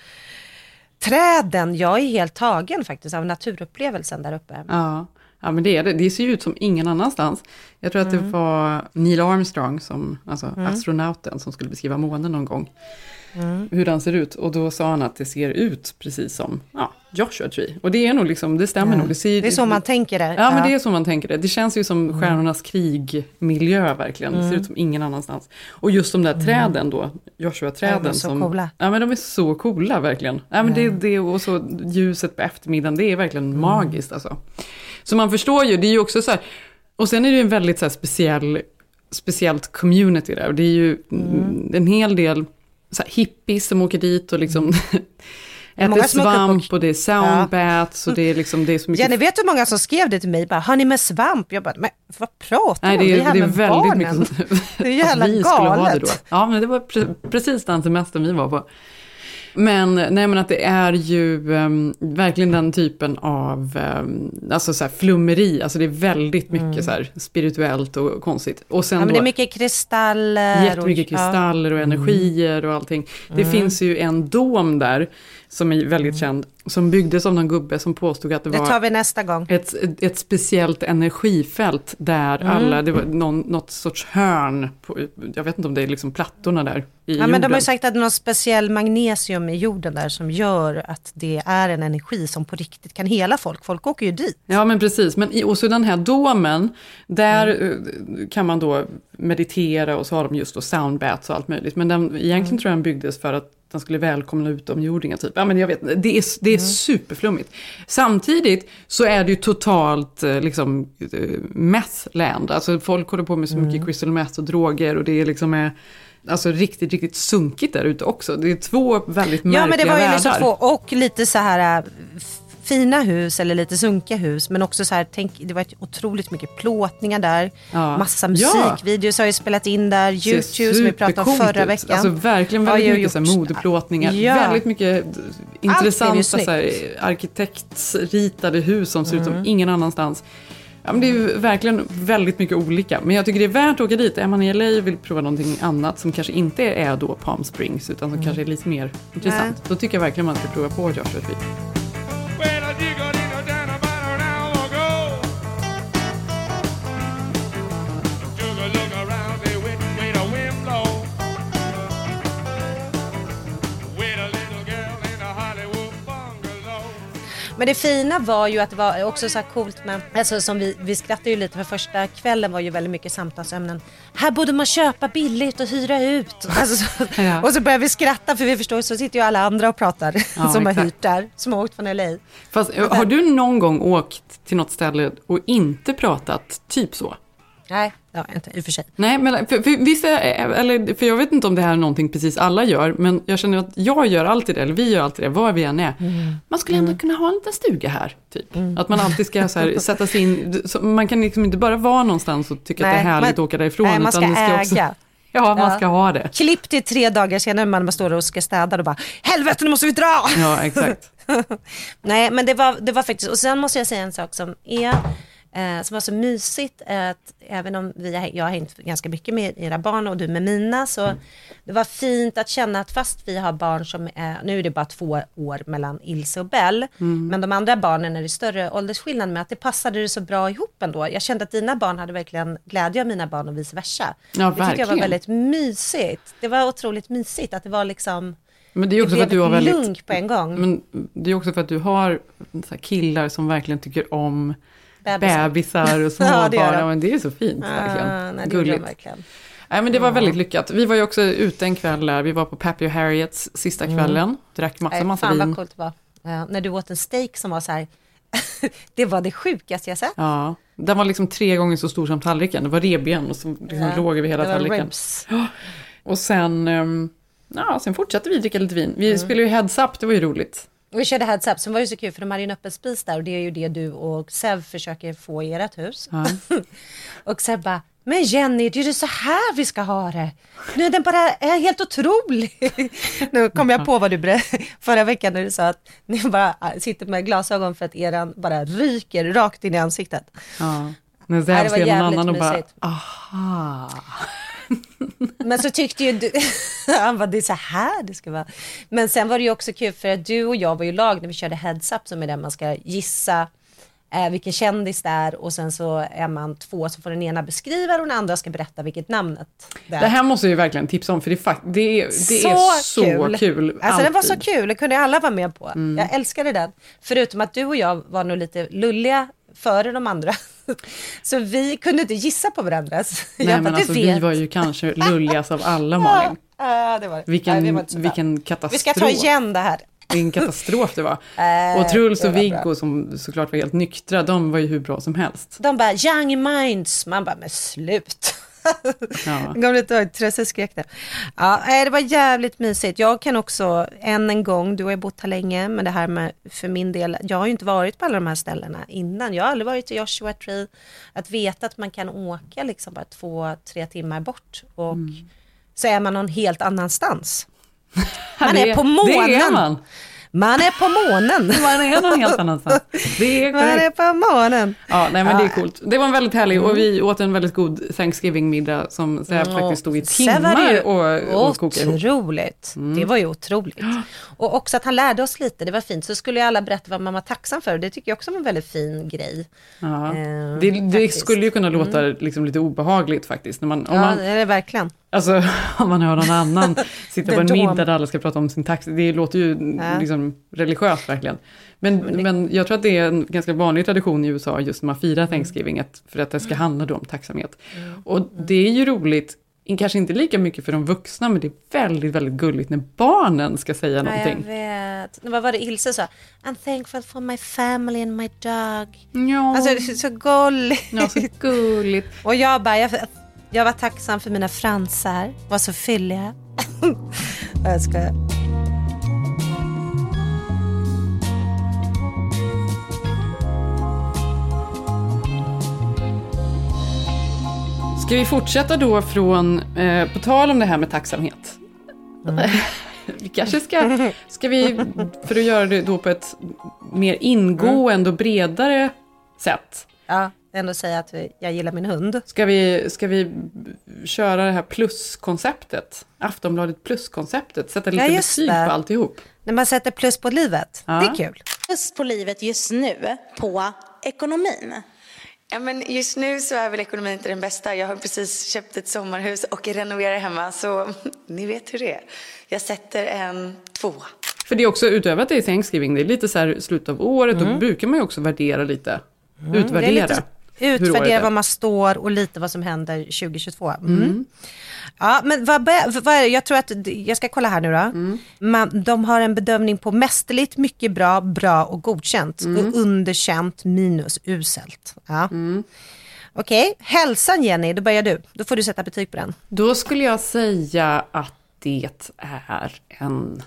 träden. Jag är helt tagen faktiskt av naturupplevelsen där uppe. Ja, men det ser ju ut som ingen annanstans. Jag tror att det var Neil Armstrong, astronauten, som skulle beskriva månen någon gång. Hur den ser ut. Och då sa han att det ser ut precis som Joshua Tree. Och det är nog liksom, det stämmer nog. Det är så man tänker det. Ja, men det är så man tänker det. Det känns ju som stjärnornas krigmiljö verkligen. Det ser ut som ingen annanstans. Och just de där träden då, Joshua-träden. De är så coola. Ja, men de är så coola verkligen. Ja, men det och så ljuset på eftermiddagen, det är verkligen magiskt alltså. Så man förstår ju, det är ju också så här, och sen är det ju en väldigt så här speciellt community där. Och det är ju en hel del så här hippies som åker dit och liksom äter svamp och det är soundbaths och det är liksom, det är så mycket. Ja, ni vet hur många som skrev det till mig, bara, har ni med svamp? Jag bara, men vad pratar du om? Det är väldigt barnen. Mycket det är jävla galet. Ja, men det var precis den semestern vi var på. Men att det är ju verkligen den typen av alltså så här flummeri. Alltså det är väldigt mycket så här spirituellt och konstigt. Och sen men det är mycket kristaller. Jättemycket kristaller och energier och allting. Det finns ju en dom där som är väldigt känd. Som byggdes av någon gubbe som påstod att det var... Det tar vi nästa gång. Ett speciellt energifält där alla... Det var något sorts hörn. Jag vet inte om det är liksom plattorna där i jorden. Men de har ju sagt att det är någon speciell magnesium i jorden där som gör att det är en energi som på riktigt kan hela folk. Folk åker ju dit. Ja, men precis. Och så den här domen, där kan man då meditera och så har de just då soundbaths och allt möjligt. Men egentligen tror jag den byggdes för att den skulle välkomna utomjordingar typ. Ja, men jag vet, det är superflummigt. Samtidigt så är det ju totalt liksom methland. Alltså folk håller på med så mycket crystal meth och droger och det är liksom alltså riktigt, riktigt sunkigt där ute också. Det är två väldigt märkliga världar. Ja, men det var ju liksom två och lite så här fina hus eller lite sunkiga hus, men också så här, det var otroligt mycket plåtningar där. Ja. Massa musikvideos har ju spelat in där, YouTube som vi pratade om förra veckan. Alltså verkligen väldigt mycket så här modeplåtningar. Ja. Väldigt mycket intressanta så här, arkitektritade hus som ser ut som ingen annanstans. Ja, men det är ju verkligen väldigt mycket olika. Men jag tycker det är värt att åka dit. Är man i LA och vill prova någonting annat som kanske inte är då Palm Springs utan som kanske är lite mer intressant. Då tycker jag verkligen man ska prova på Joshua Tree. Men det fina var ju att det var också så här coolt med, alltså som vi skrattade ju lite för första kvällen var ju väldigt mycket samtalsämnen. Här borde man köpa billigt och hyra ut. Alltså, och så började vi skratta för vi förstår så sitter ju alla andra och pratar som har hyrt där, som har åkt från LA. Fast har du någon gång åkt till något ställe och inte pratat typ så? Nej, inte i och för sig. Nej, men för vissa, eller för jag vet inte om det här är någonting precis alla gör, men jag känner att jag gör alltid det, eller vi gör alltid det, var vi än är. Man skulle ändå kunna ha en liten stuga här, typ. Att man alltid ska så här, sätta sig in, så man kan liksom inte bara vara någonstans och tycka att det är härligt att åka därifrån. Nej, man ska äga. Också, man ska ha det. Klipp till 3 dagar senare när man står och ska städa och bara, helvete, nu måste vi dra! Ja, exakt. Nej, men det var faktiskt, och sen måste jag säga en sak som var så mysigt att även om jag har hängt ganska mycket med era barn och du med mina, så det var fint att känna att fast vi har barn som nu är det bara 2 år mellan Ilse och Bell, men de andra barnen är det större åldersskillnad med, att det passade det så bra ihop ändå. Jag kände att dina barn hade verkligen glädje av mina barn och vice versa. Ja, det tyckte jag var väldigt mysigt. Det var otroligt mysigt att det var liksom, men det är också för att du har väldigt lugn på en gång. Men det är också för att du har så här killar som verkligen tycker om bebisar och småbarn. Men det är så fint verkligen. Nej, gulligt. Verkligen. Nej, men det var väldigt lyckat. Vi var ju också ute en kväll där. Vi var på Pappy och Harriets sista kvällen. Drack massa vin. Fan vad coolt det var. När du åt en steak som var så här. Det var det sjukaste jag sett. Ja, den var liksom 3 gånger så stor som tallriken. Det var revben och så liksom låg över hela tallriken. Ribs. Och sen fortsatte vi dricka lite vin. Vi spelade ju Heads Up, det var ju roligt. Vi körde Heads Up, som var ju så kul för de hade ju en öppen spis där och det är ju det du och Sev försöker få i ert hus. Ja. Och Sev bara, men Jenny, det är ju så här vi ska ha det. Nu den bara är helt otrolig. Nu kom jag på vad du förra veckan när du sa att ni bara sitter med glasögon för att eran bara ryker rakt in i ansiktet. Ja, när Sev ser någon annan och bara, aha. Men så tyckte ju du, han bara, det är så här det ska vara. Men sen var det ju också kul för att du och jag var ju lag när vi körde Heads Up, som är där man ska gissa vilken kändis det är, och sen så är man 2 så får den ena beskriva och den andra ska berätta vilket namnet det är. Det här måste jag ju verkligen tipsa om, för det är så kul. Alltså det var så kul, det kunde alla vara med på. Jag älskade den. Förutom att du och jag var nog lite lulliga före de andra. Så vi kunde inte gissa på varandra. Nej, men alltså, vi var ju kanske lulligast av alla, Malin. Det var det. Vilken katastrof. Vi ska ta igen det här. Vilken katastrof det var. Och Truls och Viggo som såklart var helt nyktra, de var ju hur bra som helst. De bara, young minds. Man bara, men slut. Ja. Gav lite intresseskrek där. Ja, det var jävligt mysigt. Jag kan också en gång, du har ju bott här länge, men det här med, för min del, jag har ju inte varit på alla de här ställena innan. Jag har aldrig varit i Joshua Tree. Att veta att man kan åka liksom bara 2-3 timmar bort och så är man någon helt annanstans. Man är på månen. Det är man. Man är på månen. Man är någon helt annanstans. Det är man är på månen. Ja, nej, men det är coolt. Det var en väldigt härlig och vi åt en väldigt god Thanksgiving-middag som faktiskt stod i timmar och kokade ihop. Otroligt. Det var ju otroligt. Och också att han lärde oss lite, det var fint. Så skulle ju alla berätta vad man var tacksam för. Det tycker jag också var en väldigt fin grej. Ja. Det skulle ju kunna låta liksom lite obehagligt faktiskt. När man, om man, det är det verkligen. Alltså om man hör någon annan sitta på en middag där alla ska prata om sin taxi, det låter ju liksom religiöst verkligen. Men jag tror att det är en ganska vanlig tradition i USA just när man firar Thanksgiving, för att det ska handla då om tacksamhet. Och det är ju roligt, kanske inte lika mycket för de vuxna, men det är väldigt, väldigt gulligt när barnen ska säga någonting. Jag vet. Vad var det Ilse sa? I'm thankful for my family and my dog. Ja. Alltså det är så gulligt. Ja, så gulligt. Och jag bara, jag var tacksam för mina fransar. Var så fylliga. Jag ska... Ska vi fortsätta då från, på tal om det här med tacksamhet. Vi kanske ska vi, för att göra det då på ett mer ingående och bredare sätt. Ja, ändå säga att jag gillar min hund. Ska vi köra det här pluskonceptet? Aftonbladet pluskonceptet. Sätta lite betyg på alltihop. När man sätter plus på livet. Ja. Det är kul. Plus på livet just nu på ekonomin. Ja, men just nu så är väl ekonomin inte den bästa. Jag har precis köpt ett sommarhus och renoverar hemma. Så ni vet hur det är. Jag sätter en 2. För det är också utöver att det är Thanksgiving. Det är lite så här slut av året. Då brukar man ju också värdera lite. Utvärdera. Utvärdera var man står och lite vad som händer 2022. Ja, men jag tror att jag ska kolla här nu då. De har en bedömning på mästerligt, mycket bra och godkänt. Och underkänt minus uselt. Ja. Okej, hälsan Jenny, då börjar du. Då får du sätta betyg på den. Då skulle jag säga att det är en...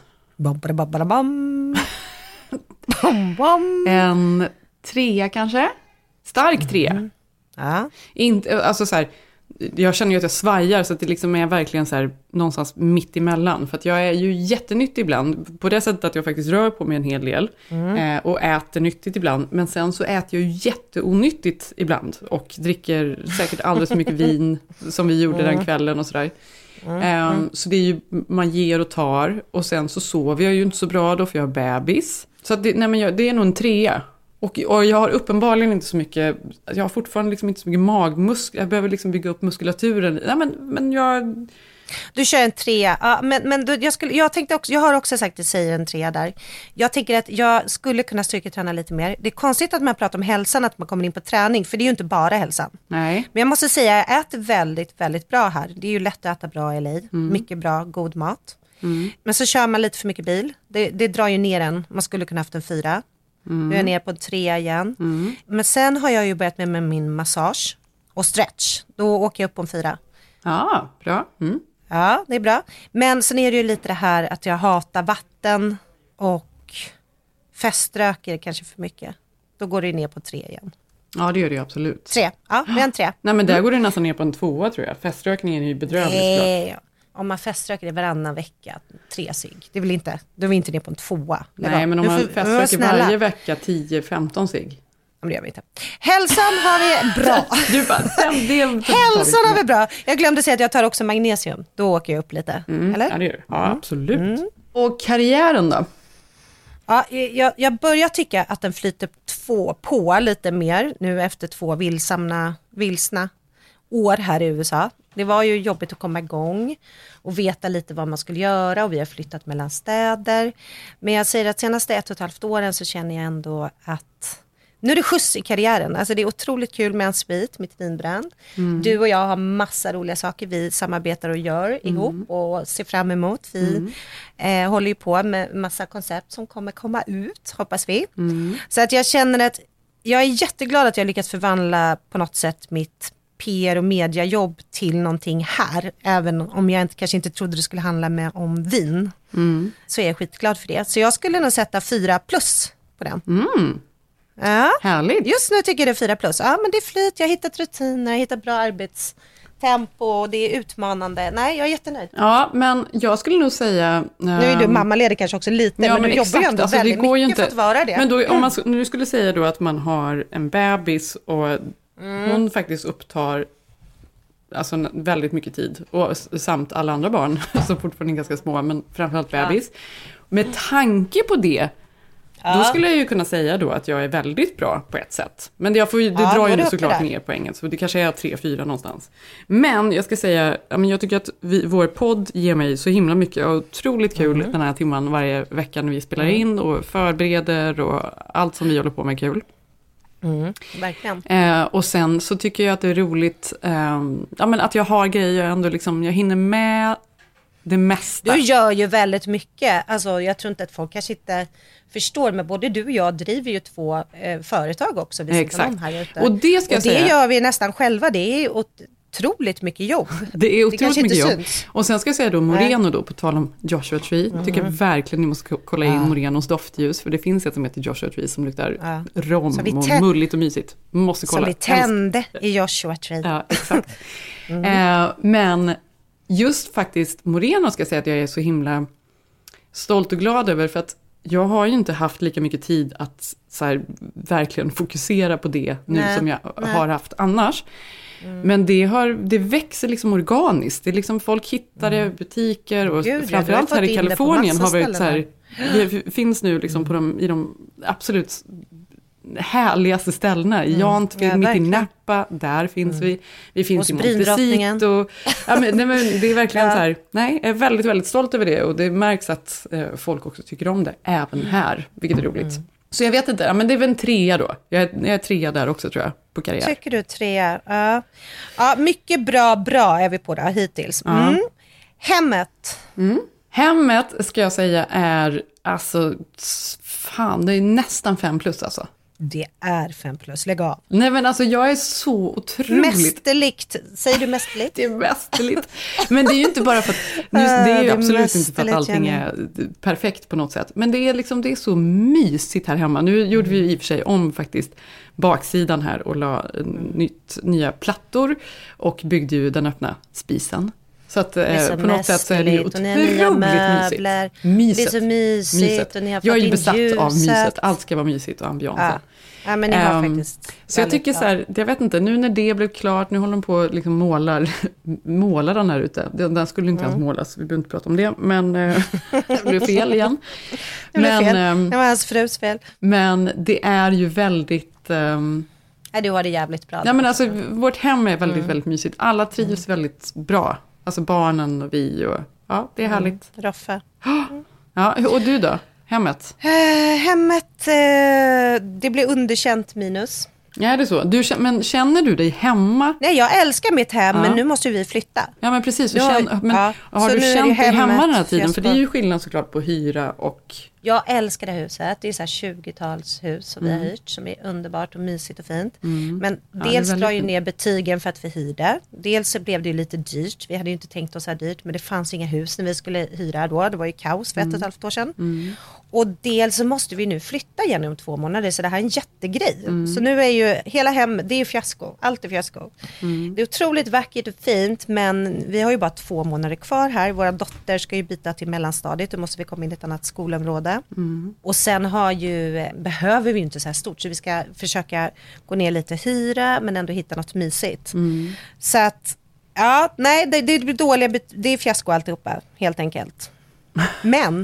En 3 kanske? Stark 3. Ja. Inte, alltså så här, jag känner ju att jag svajar så att det liksom är verkligen så här någonstans mitt emellan. För att jag är ju jättenyttig ibland. På det sättet att jag faktiskt rör på mig en hel del. Och äter nyttigt ibland. Men sen så äter jag ju jätteonyttigt ibland. Och dricker säkert alldeles för mycket vin som vi gjorde den kvällen och sådär. Så det är ju, man ger och tar. Och sen så sover jag ju inte så bra då för jag har bebis. Så att det är nog en 3. Och jag har uppenbarligen inte så mycket, jag har fortfarande liksom inte så mycket magmuskler. Jag behöver liksom bygga upp muskulaturen. Nej, men jag... Du kör en 3. Ja, men jag tänkte också, jag har också sagt att jag säger en 3 där. Jag tänker att jag skulle kunna styrketräna lite mer. Det är konstigt att man pratar om hälsan, att man kommer in på träning. För det är ju inte bara hälsan. Nej. Men jag måste säga, jag äter väldigt, väldigt bra här. Det är ju lätt att äta bra i LA. Mycket bra, god mat. Men så kör man lite för mycket bil. Det drar ju ner en. Man skulle kunna haft en 4. Nu är jag ner på 3 igen. Men sen har jag ju börjat med min massage och stretch. Då åker jag upp på en 4. Ja, bra. Ja, det är bra. Men sen är det ju lite det här att jag hatar vatten och feströker kanske för mycket. Då går det ner på 3 igen. Ja, det gör det ju absolut. 3, ja, det är en 3. Nej, men där går det nästan ner på en 2 tror jag. Feströkningen är ju bedrövligt. Om man feströker det varannan vecka, 3 cigg. Det är väl inte, då är vi inte ner på en 2. Nej, men om man feströker varje vecka 10-15 cigg. Men det gör vi inte. Hälsan har vi bra. Hälsan har vi bra. Jag glömde säga att jag tar också magnesium. Då åker jag upp lite. Eller? Ja, det gör. Ja, absolut. Och karriären då? Ja, jag börjar tycka att den flyter på lite mer nu efter 2 vilsna år här i USA. Det var ju jobbigt att komma igång och veta lite vad man skulle göra, och vi har flyttat mellan städer. Men jag säger att senaste 1,5 åren så känner jag ändå att nu är det skjuts i karriären. Alltså det är otroligt kul med en sprit, mitt vinbrand. Du och jag har massa roliga saker vi samarbetar och gör ihop och ser fram emot. Vi håller ju på med massa koncept som kommer komma ut, hoppas vi. Så att jag känner att jag är jätteglad att jag lyckats förvandla på något sätt mitt PR- och mediajobb till någonting här. Även om jag kanske inte trodde det skulle handla om vin. Så är jag skitglad för det. Så jag skulle nog sätta 4+ på den. Ja. Härligt. Just nu tycker jag det är 4+. Ja, men det är flyt. Jag har hittat rutiner, jag har hittat bra tempo och det är utmanande. Nej, jag är jättenöjd. Ja, men jag skulle nog säga... Nu är du mammaledig kanske också lite, men du jobbar ju ändå alltså, väldigt mycket inte, för att vara det. Men då, om man nu skulle säga då att man har en bebis och hon faktiskt upptar alltså väldigt mycket tid. Och samt alla andra barn som fortfarande är ganska små, men framförallt bebis. Med tanke på det, då skulle jag ju kunna säga då att jag är väldigt bra på ett sätt. Men det drar ju såklart ner poängen, så det kanske är 3-4 någonstans. Men jag ska säga, jag tycker att vår podd ger mig så himla mycket och otroligt kul den här timman varje vecka när vi spelar in och förbereder och allt som vi håller på med är kul. Verkligen. Och sen så tycker jag att det är roligt att jag har grejer ändå liksom, jag hinner med det mesta. Du gör ju väldigt mycket. Alltså, jag tror inte att folk kanske inte förstår, men både du och jag driver ju 2 företag också. Exakt. Här ute. Och det ska jag säga. Det gör vi nästan själva. Det är otroligt mycket jobb. Det är otroligt mycket jobb. Syns. Och sen ska jag säga då Moreno då, på tal om Joshua Tree. Tycker jag verkligen ni måste kolla in Morenos doftljus. För det finns ett som heter Joshua Tree som luktar rom och mulligt och mysigt. Måste kolla. Som vi tände i Joshua Tree. Ja, exakt. Men just faktiskt Moreno ska jag säga att jag är så himla stolt och glad över, för att jag har ju inte haft lika mycket tid att så här, verkligen fokusera på det nu som jag har haft annars. Men det växer liksom organiskt. Det är liksom folk hittar det i butiker och framförallt här i Kalifornien har varit så här, det finns nu liksom i de absolut härligaste ställena. I Jantville, mitt i Napa, där finns vi. Vi finns i Montecito. Det är verkligen så här, jag är väldigt, väldigt stolt över det. Och det märks att folk också tycker om det, även här. Vilket är roligt. Så jag vet inte, men det är väl en 3 då. Jag är 3 där också tror jag, på karriär. Tycker du 3? Ja, mycket bra är vi på det hittills. Hemmet. Hemmet ska jag säga är, alltså, fan, det är nästan 5+ alltså. Det är 5+, lägg av. Nej men alltså jag är så otroligt... Mästerligt, säger du mästerligt? Det är mästerligt. Men det är ju inte bara för att, det är ju absolut inte för att allting är perfekt på något sätt. Men det är liksom, det är så mysigt här hemma. Nu gjorde vi i och för sig om faktiskt baksidan här och la nya plattor och byggde ju den öppna spisen. Så att på något sätt så är det ju otroligt mysigt. Det är så mysigt. Och ni har jag är ju fått besatt ljuset. av myset. Allt ska vara mysigt och ambiansen. Ja, men ni har faktiskt så jag tycker så här, jag vet inte, nu när det blev klart, nu håller de på liksom målar den här ute. Den skulle inte ens målas, vi behöver inte prata om det, men det blev fel igen. Det var hans frus fel. Men det är ju väldigt... Du har det jävligt bra. Ja, men alltså, vårt hem är väldigt, väldigt mysigt. Alla trivs väldigt bra. Alltså barnen och vi och det är härligt. Roffe. Ja, och du då? Hemmet? Hemmet, det blir underkänt minus. Ja, är det så? Men känner du dig hemma? Nej, jag älskar mitt hem, men nu måste vi flytta. Ja, men precis. Har du känt dig hemma den här tiden? För det är ju skillnad såklart på hyra och... Jag älskar det huset. Det är så här 20-talshus som vi har hyrt, som är underbart och mysigt och fint. Men dels drar ju ner betygen för att vi hyrde. Dels så blev det ju lite dyrt. Vi hade ju inte tänkt oss så här dyrt, men det fanns inga hus när vi skulle hyra då. Det var ju kaos för 1,5 år sedan. Och dels så måste vi nu flytta igen om 2 månader, så det här är en jättegrej. Så nu är ju hela hem, det är ju fiasko. Allt är fiasko. Det är otroligt vackert och fint, men vi har ju bara 2 månader kvar här. Våra dotter ska ju byta till mellanstadiet, då måste vi komma in i ett annat skolområde. Och sen behöver vi ju inte så här stort, så vi ska försöka gå ner lite hyra men ändå hitta något mysigt. Så att det blir dåliga, det är fiasko alltihopa helt enkelt. Men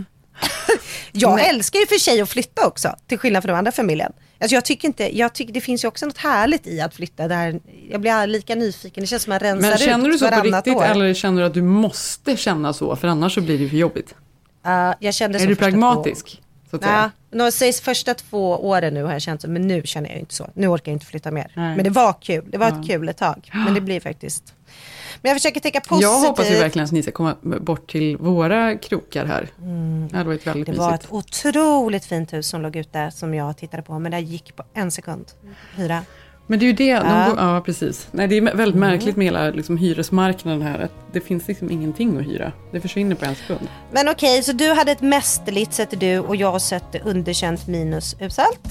jag älskar ju för sig att flytta också, till skillnad från de andra familjen. Alltså jag tycker det finns ju också något härligt i att flytta där. Jag blir lika nyfiken, det känns som att man rensar ut. Men känner du så på riktigt år. eller känner du att du måste känna så, för annars så blir det för jobbigt? Jag kände så. Är du pragmatisk? Så att säga? Ja, sägs första 2 åren nu har jag känt så, men nu känner jag inte så. Nu orkar jag inte flytta mer. Nej. Men det var kul, det var ett kul ett tag. Men det blir faktiskt... Men jag försöker tänka positivt. Jag hoppas ju verkligen att ni ska komma bort till våra krokar här. Det hade varit väldigt mysigt. Det var ett otroligt fint hus som låg ute som jag tittade på. Men det gick på 1 sekund hyra. Men det är ju det, ja precis. Nej, det är väldigt märkligt med hela liksom, hyresmarknaden här. Att det finns liksom ingenting att hyra. Det försvinner på 1 sekund. Men okej, så du hade ett mästerligt sätter du och jag sätter underkänt minus uselt.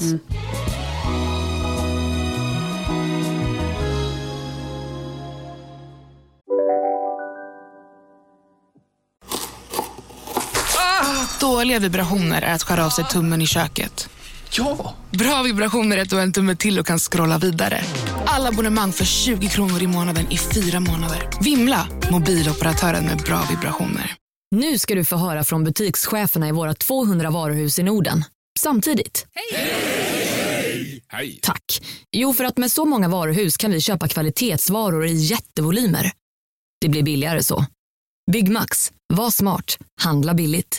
Dåliga vibrationer är att skära av sig tummen i köket. Ja! Bra vibrationer är att du har en tumme till och kan scrolla vidare. Alla abonnemang för 20 kronor i månaden i 4 månader. Vimla! Mobiloperatören med bra vibrationer. Nu ska du få höra från butikscheferna i våra 200 varuhus i Norden. Samtidigt. Hej! Hej! Tack. Jo, för att med så många varuhus kan vi köpa kvalitetsvaror i jättevolymer. Det blir billigare så. Byggmax. Var smart. Handla billigt.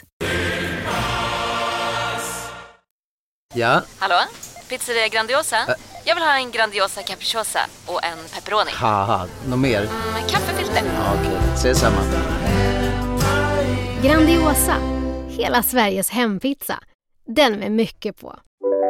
Ja? Hallå? Pizzeria Grandiosa? Jag vill ha en Grandiosa capriciosa och en pepperoni. Haha, något mer? Kaffefilter. Ja, okej, ses samma. Grandiosa, hela Sveriges hempizza. Den med mycket på.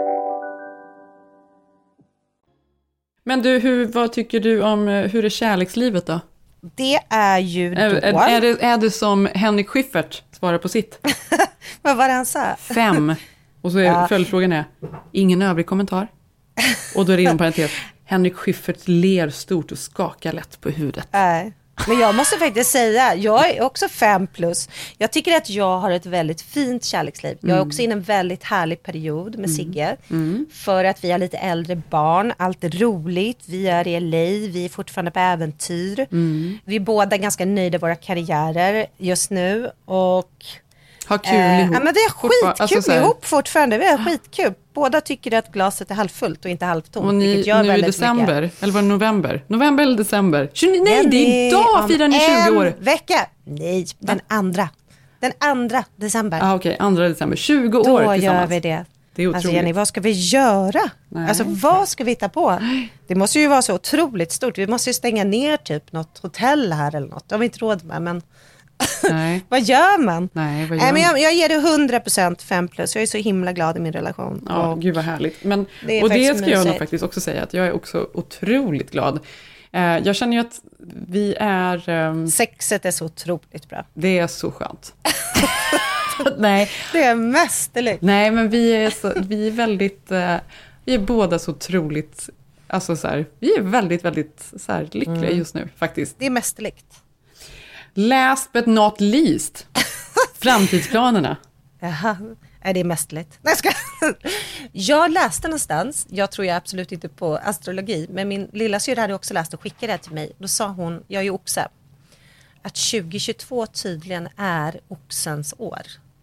Men du, vad tycker du om hur är kärlekslivet då? Det är ju då... Är det som Henrik Schyffert svarar på sitt? Vad var det han sa? 5. Och så är följdfrågan är, ingen övrig kommentar. Och då är det inom parentes, Henrik Schyffert ler stort och skakar lätt på huvudet. Men jag måste faktiskt säga, jag är också 5+. Jag tycker att jag har ett väldigt fint kärleksliv. Jag är också in en väldigt härlig period med Sigge. För att vi har lite äldre barn, allt är roligt. Vi är i LA, vi är fortfarande på äventyr. Vi är båda ganska nöjda med våra karriärer just nu. Och... ha kul ihop. Ja, men vi har skitkul ihop fortfarande. Vi har skitkul. Båda tycker att glaset är halvfullt och inte halvtomt. Och ni, nu i december, mycket. Eller var det november? November eller december? Nej, det är idag firar ni 20 år. En vecka. Nej, den andra. Den 2 december. Okej, 2 december. 20 år då tillsammans. Då gör vi det. Det är otroligt. Alltså Jenny, vad ska vi göra? Nej. Alltså vad ska vi ta på? Det måste ju vara så otroligt stort. Vi måste ju stänga ner typ något hotell här eller något. Det har vi inte råd med, men... Nej. Vad gör man? Nej, vad gör men jag ger det 100% 5+. Jag är så himla glad i min relation. Ja, gud vad härligt. Men, det och det ska jag nog faktiskt också säga, att jag är också otroligt glad. Jag känner ju att vi är... Sexet är så otroligt bra. Det är så skönt. Nej. Det är mästerligt. Nej, men vi är väldigt... vi är båda så otroligt... Alltså så här, vi är väldigt, väldigt så här, lyckliga just nu faktiskt. Det är mästerligt. Last but not least. Framtidsplanerna. Jaha, är det mästerligt? Nej, jag läste någonstans, jag tror jag absolut inte på astrologi, men min lilla syster hade också läst och skickade det till mig. Då sa hon, jag är ju oxe, att 2022 tydligen är oxens år.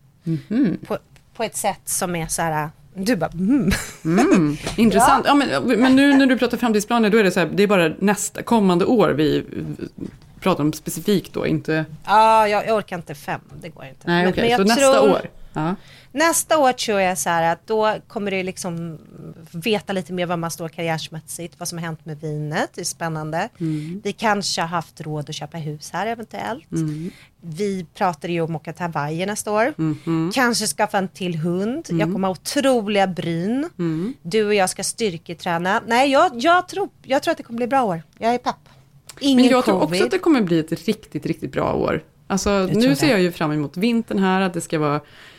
På ett sätt som är så här... Du bara, intressant. Ja, men nu när du pratar framtidsplaner, då är det så här, det är bara nästa kommande år vi pratar om specifikt då, inte... Ja, jag orkar inte 5, det går inte. Nej, okej, så tror, nästa år? Ja. Nästa år tror jag så här att då kommer det liksom veta lite mer vad man står karriärsmässigt, vad som har hänt med vinet, det är spännande. Vi kanske har haft råd att köpa hus här eventuellt. Vi pratade ju om att åka till Hawaii nästa år. Kanske skaffa en till hund. Jag kommer ha otroliga bryn. Du och jag ska styrketräna. Nej, jag tror att det kommer bli bra år. Jag är pepp. Men jag tror också att det kommer bli ett riktigt, riktigt bra år. Alltså, nu ser jag ju fram emot vintern här, att det ska vara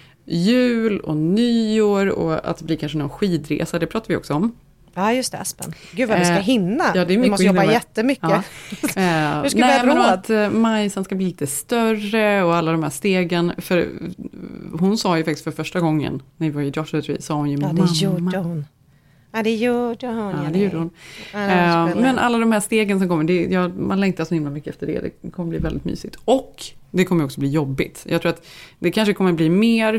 jul och nyår och att det blir kanske någon skidresa, det pratar vi också om. Ja, just det, Aspen. Gud vad vi ska hinna. Ja, det är vi måste jobba jättemycket. Ja. Hur ska vi ha råd? Att majsen ska bli lite större och alla de här stegen. För hon sa ju faktiskt för första gången när vi var i Joshua Tree, sa hon ju mamma. Ja, det gjorde hon. Ja, det gjorde hon. Men alla de här stegen som kommer, man längtar så himla mycket efter det. Det kommer bli väldigt mysigt. Och det kommer också bli jobbigt. Jag tror att det kanske kommer bli mer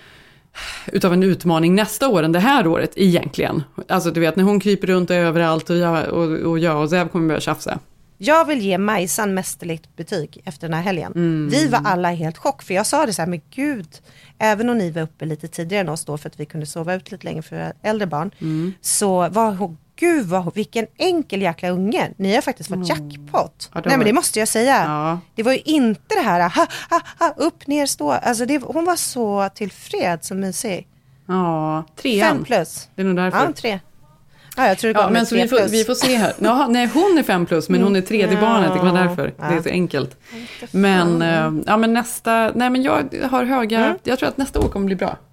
utav en utmaning nästa år än det här året egentligen. Alltså du vet, när hon kryper runt överallt och jag och Zev kommer börja tjafsa. Jag vill ge Majsan mästerligt betyg efter den här helgen. Vi var alla helt chock, för jag sa det så här, men gud, även om ni var uppe lite tidigare än oss då för att vi kunde sova ut lite längre för äldre barn, så var hon, gud vilken enkel jäkla unge. Ni har faktiskt fått jackpot. Ja, nej, men det måste jag säga. Ja. Det var ju inte det här upp, ner, stå. Alltså hon var så tillfreds som mysig. Ja, 3. 5+. Det är nog därför. Ja, 3. Ja, jag tror det men så vi får se här. Jaha, nej, hon är 5+, men hon är 3:e barnet. Det var därför. Ja. Det är så enkelt. Men, men nästa... Nej, men jag har höga... Jag tror att nästa år kommer bli bra.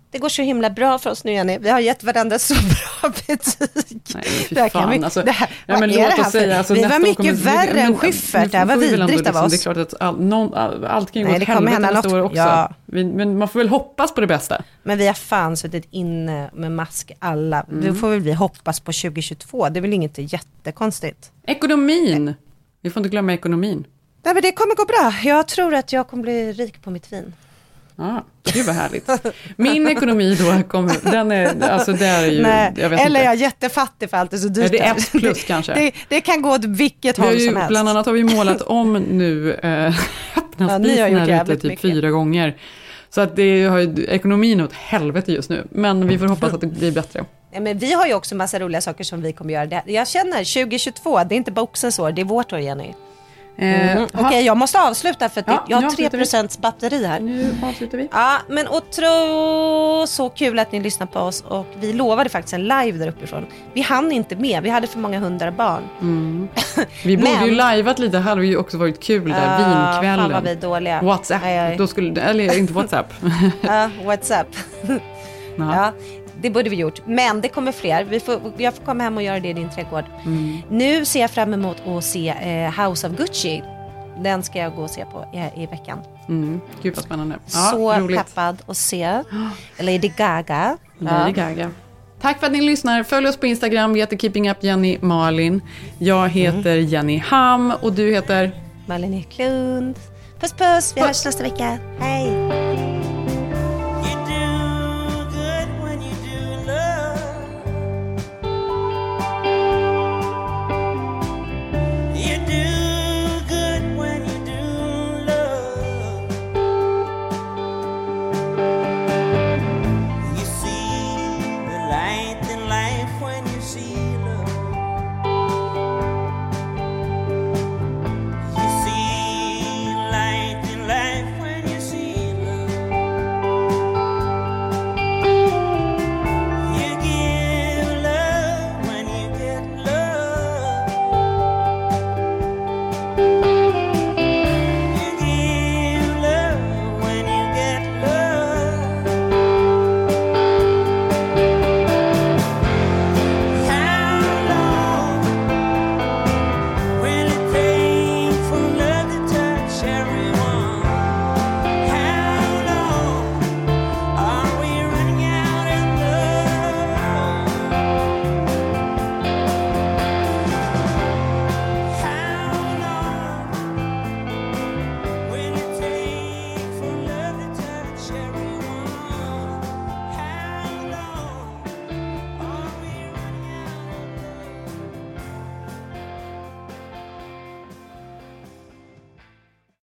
Det går så himla bra för oss nu, Jenny. Vi har gett varandra så bra betyg. Nej, fy fan. Vi var mycket värre än Schyffert. Det här var vidrigt av oss. Det är klart att allt kan ju gå åt helvete nästa år också. Ja. Men man får väl hoppas på det bästa. Men vi har fan suttit inne med mask alla. Då får väl vi hoppas på 2022. Det är väl inget jättekonstigt. Ekonomin. Vi får inte glömma ekonomin. Nej, men det kommer gå bra. Jag tror att jag kommer bli rik på mitt vin. Ja, det var härligt. Min ekonomi då kommer, den är, alltså det är ju, nej, jag vet eller inte. Jag är jättefattig för allt är så dyrt. Är det ett plus kanske? Det kan gå åt vilket håll som helst. Bland annat har vi målat om nu öppna spisen här ute typ 4 gånger. Så att det har ju ekonomin åt helvete just nu. Men vi får hoppas att det blir bättre. Nej, men vi har ju också massa roliga saker som vi kommer göra. Jag känner 2022, det är inte boxens år, det är vårt år, Jenny. Okej, jag måste avsluta för att jag har 3% batteri här. Nu avslutar vi. Ja, men så kul att ni lyssnar på oss. Och vi lovade faktiskt en live där uppifrån. Vi hann inte med, vi hade för många 100 barn. Vi borde ju liveat lite, hade ju också varit kul där, vinkvällen. Fan vad vi är dåliga. WhatsApp, då skulle, eller inte WhatsApp. WhatsApp. Ja. Det borde vi gjort, men det kommer fler. Jag får komma hem och göra det i din trädgård. Nu ser jag fram emot att se House of Gucci. Den ska jag gå och se på i veckan. Gud vad spännande. Så roligt. peppad att se Lady Gaga. Lady Gaga. Tack för att ni lyssnar. Följ oss på Instagram. Vi heter Keeping Up Jenny Malin. Jag heter Jenny Ham och du heter? Malin Eklund. Puss puss, vi hörs nästa vecka. Hej!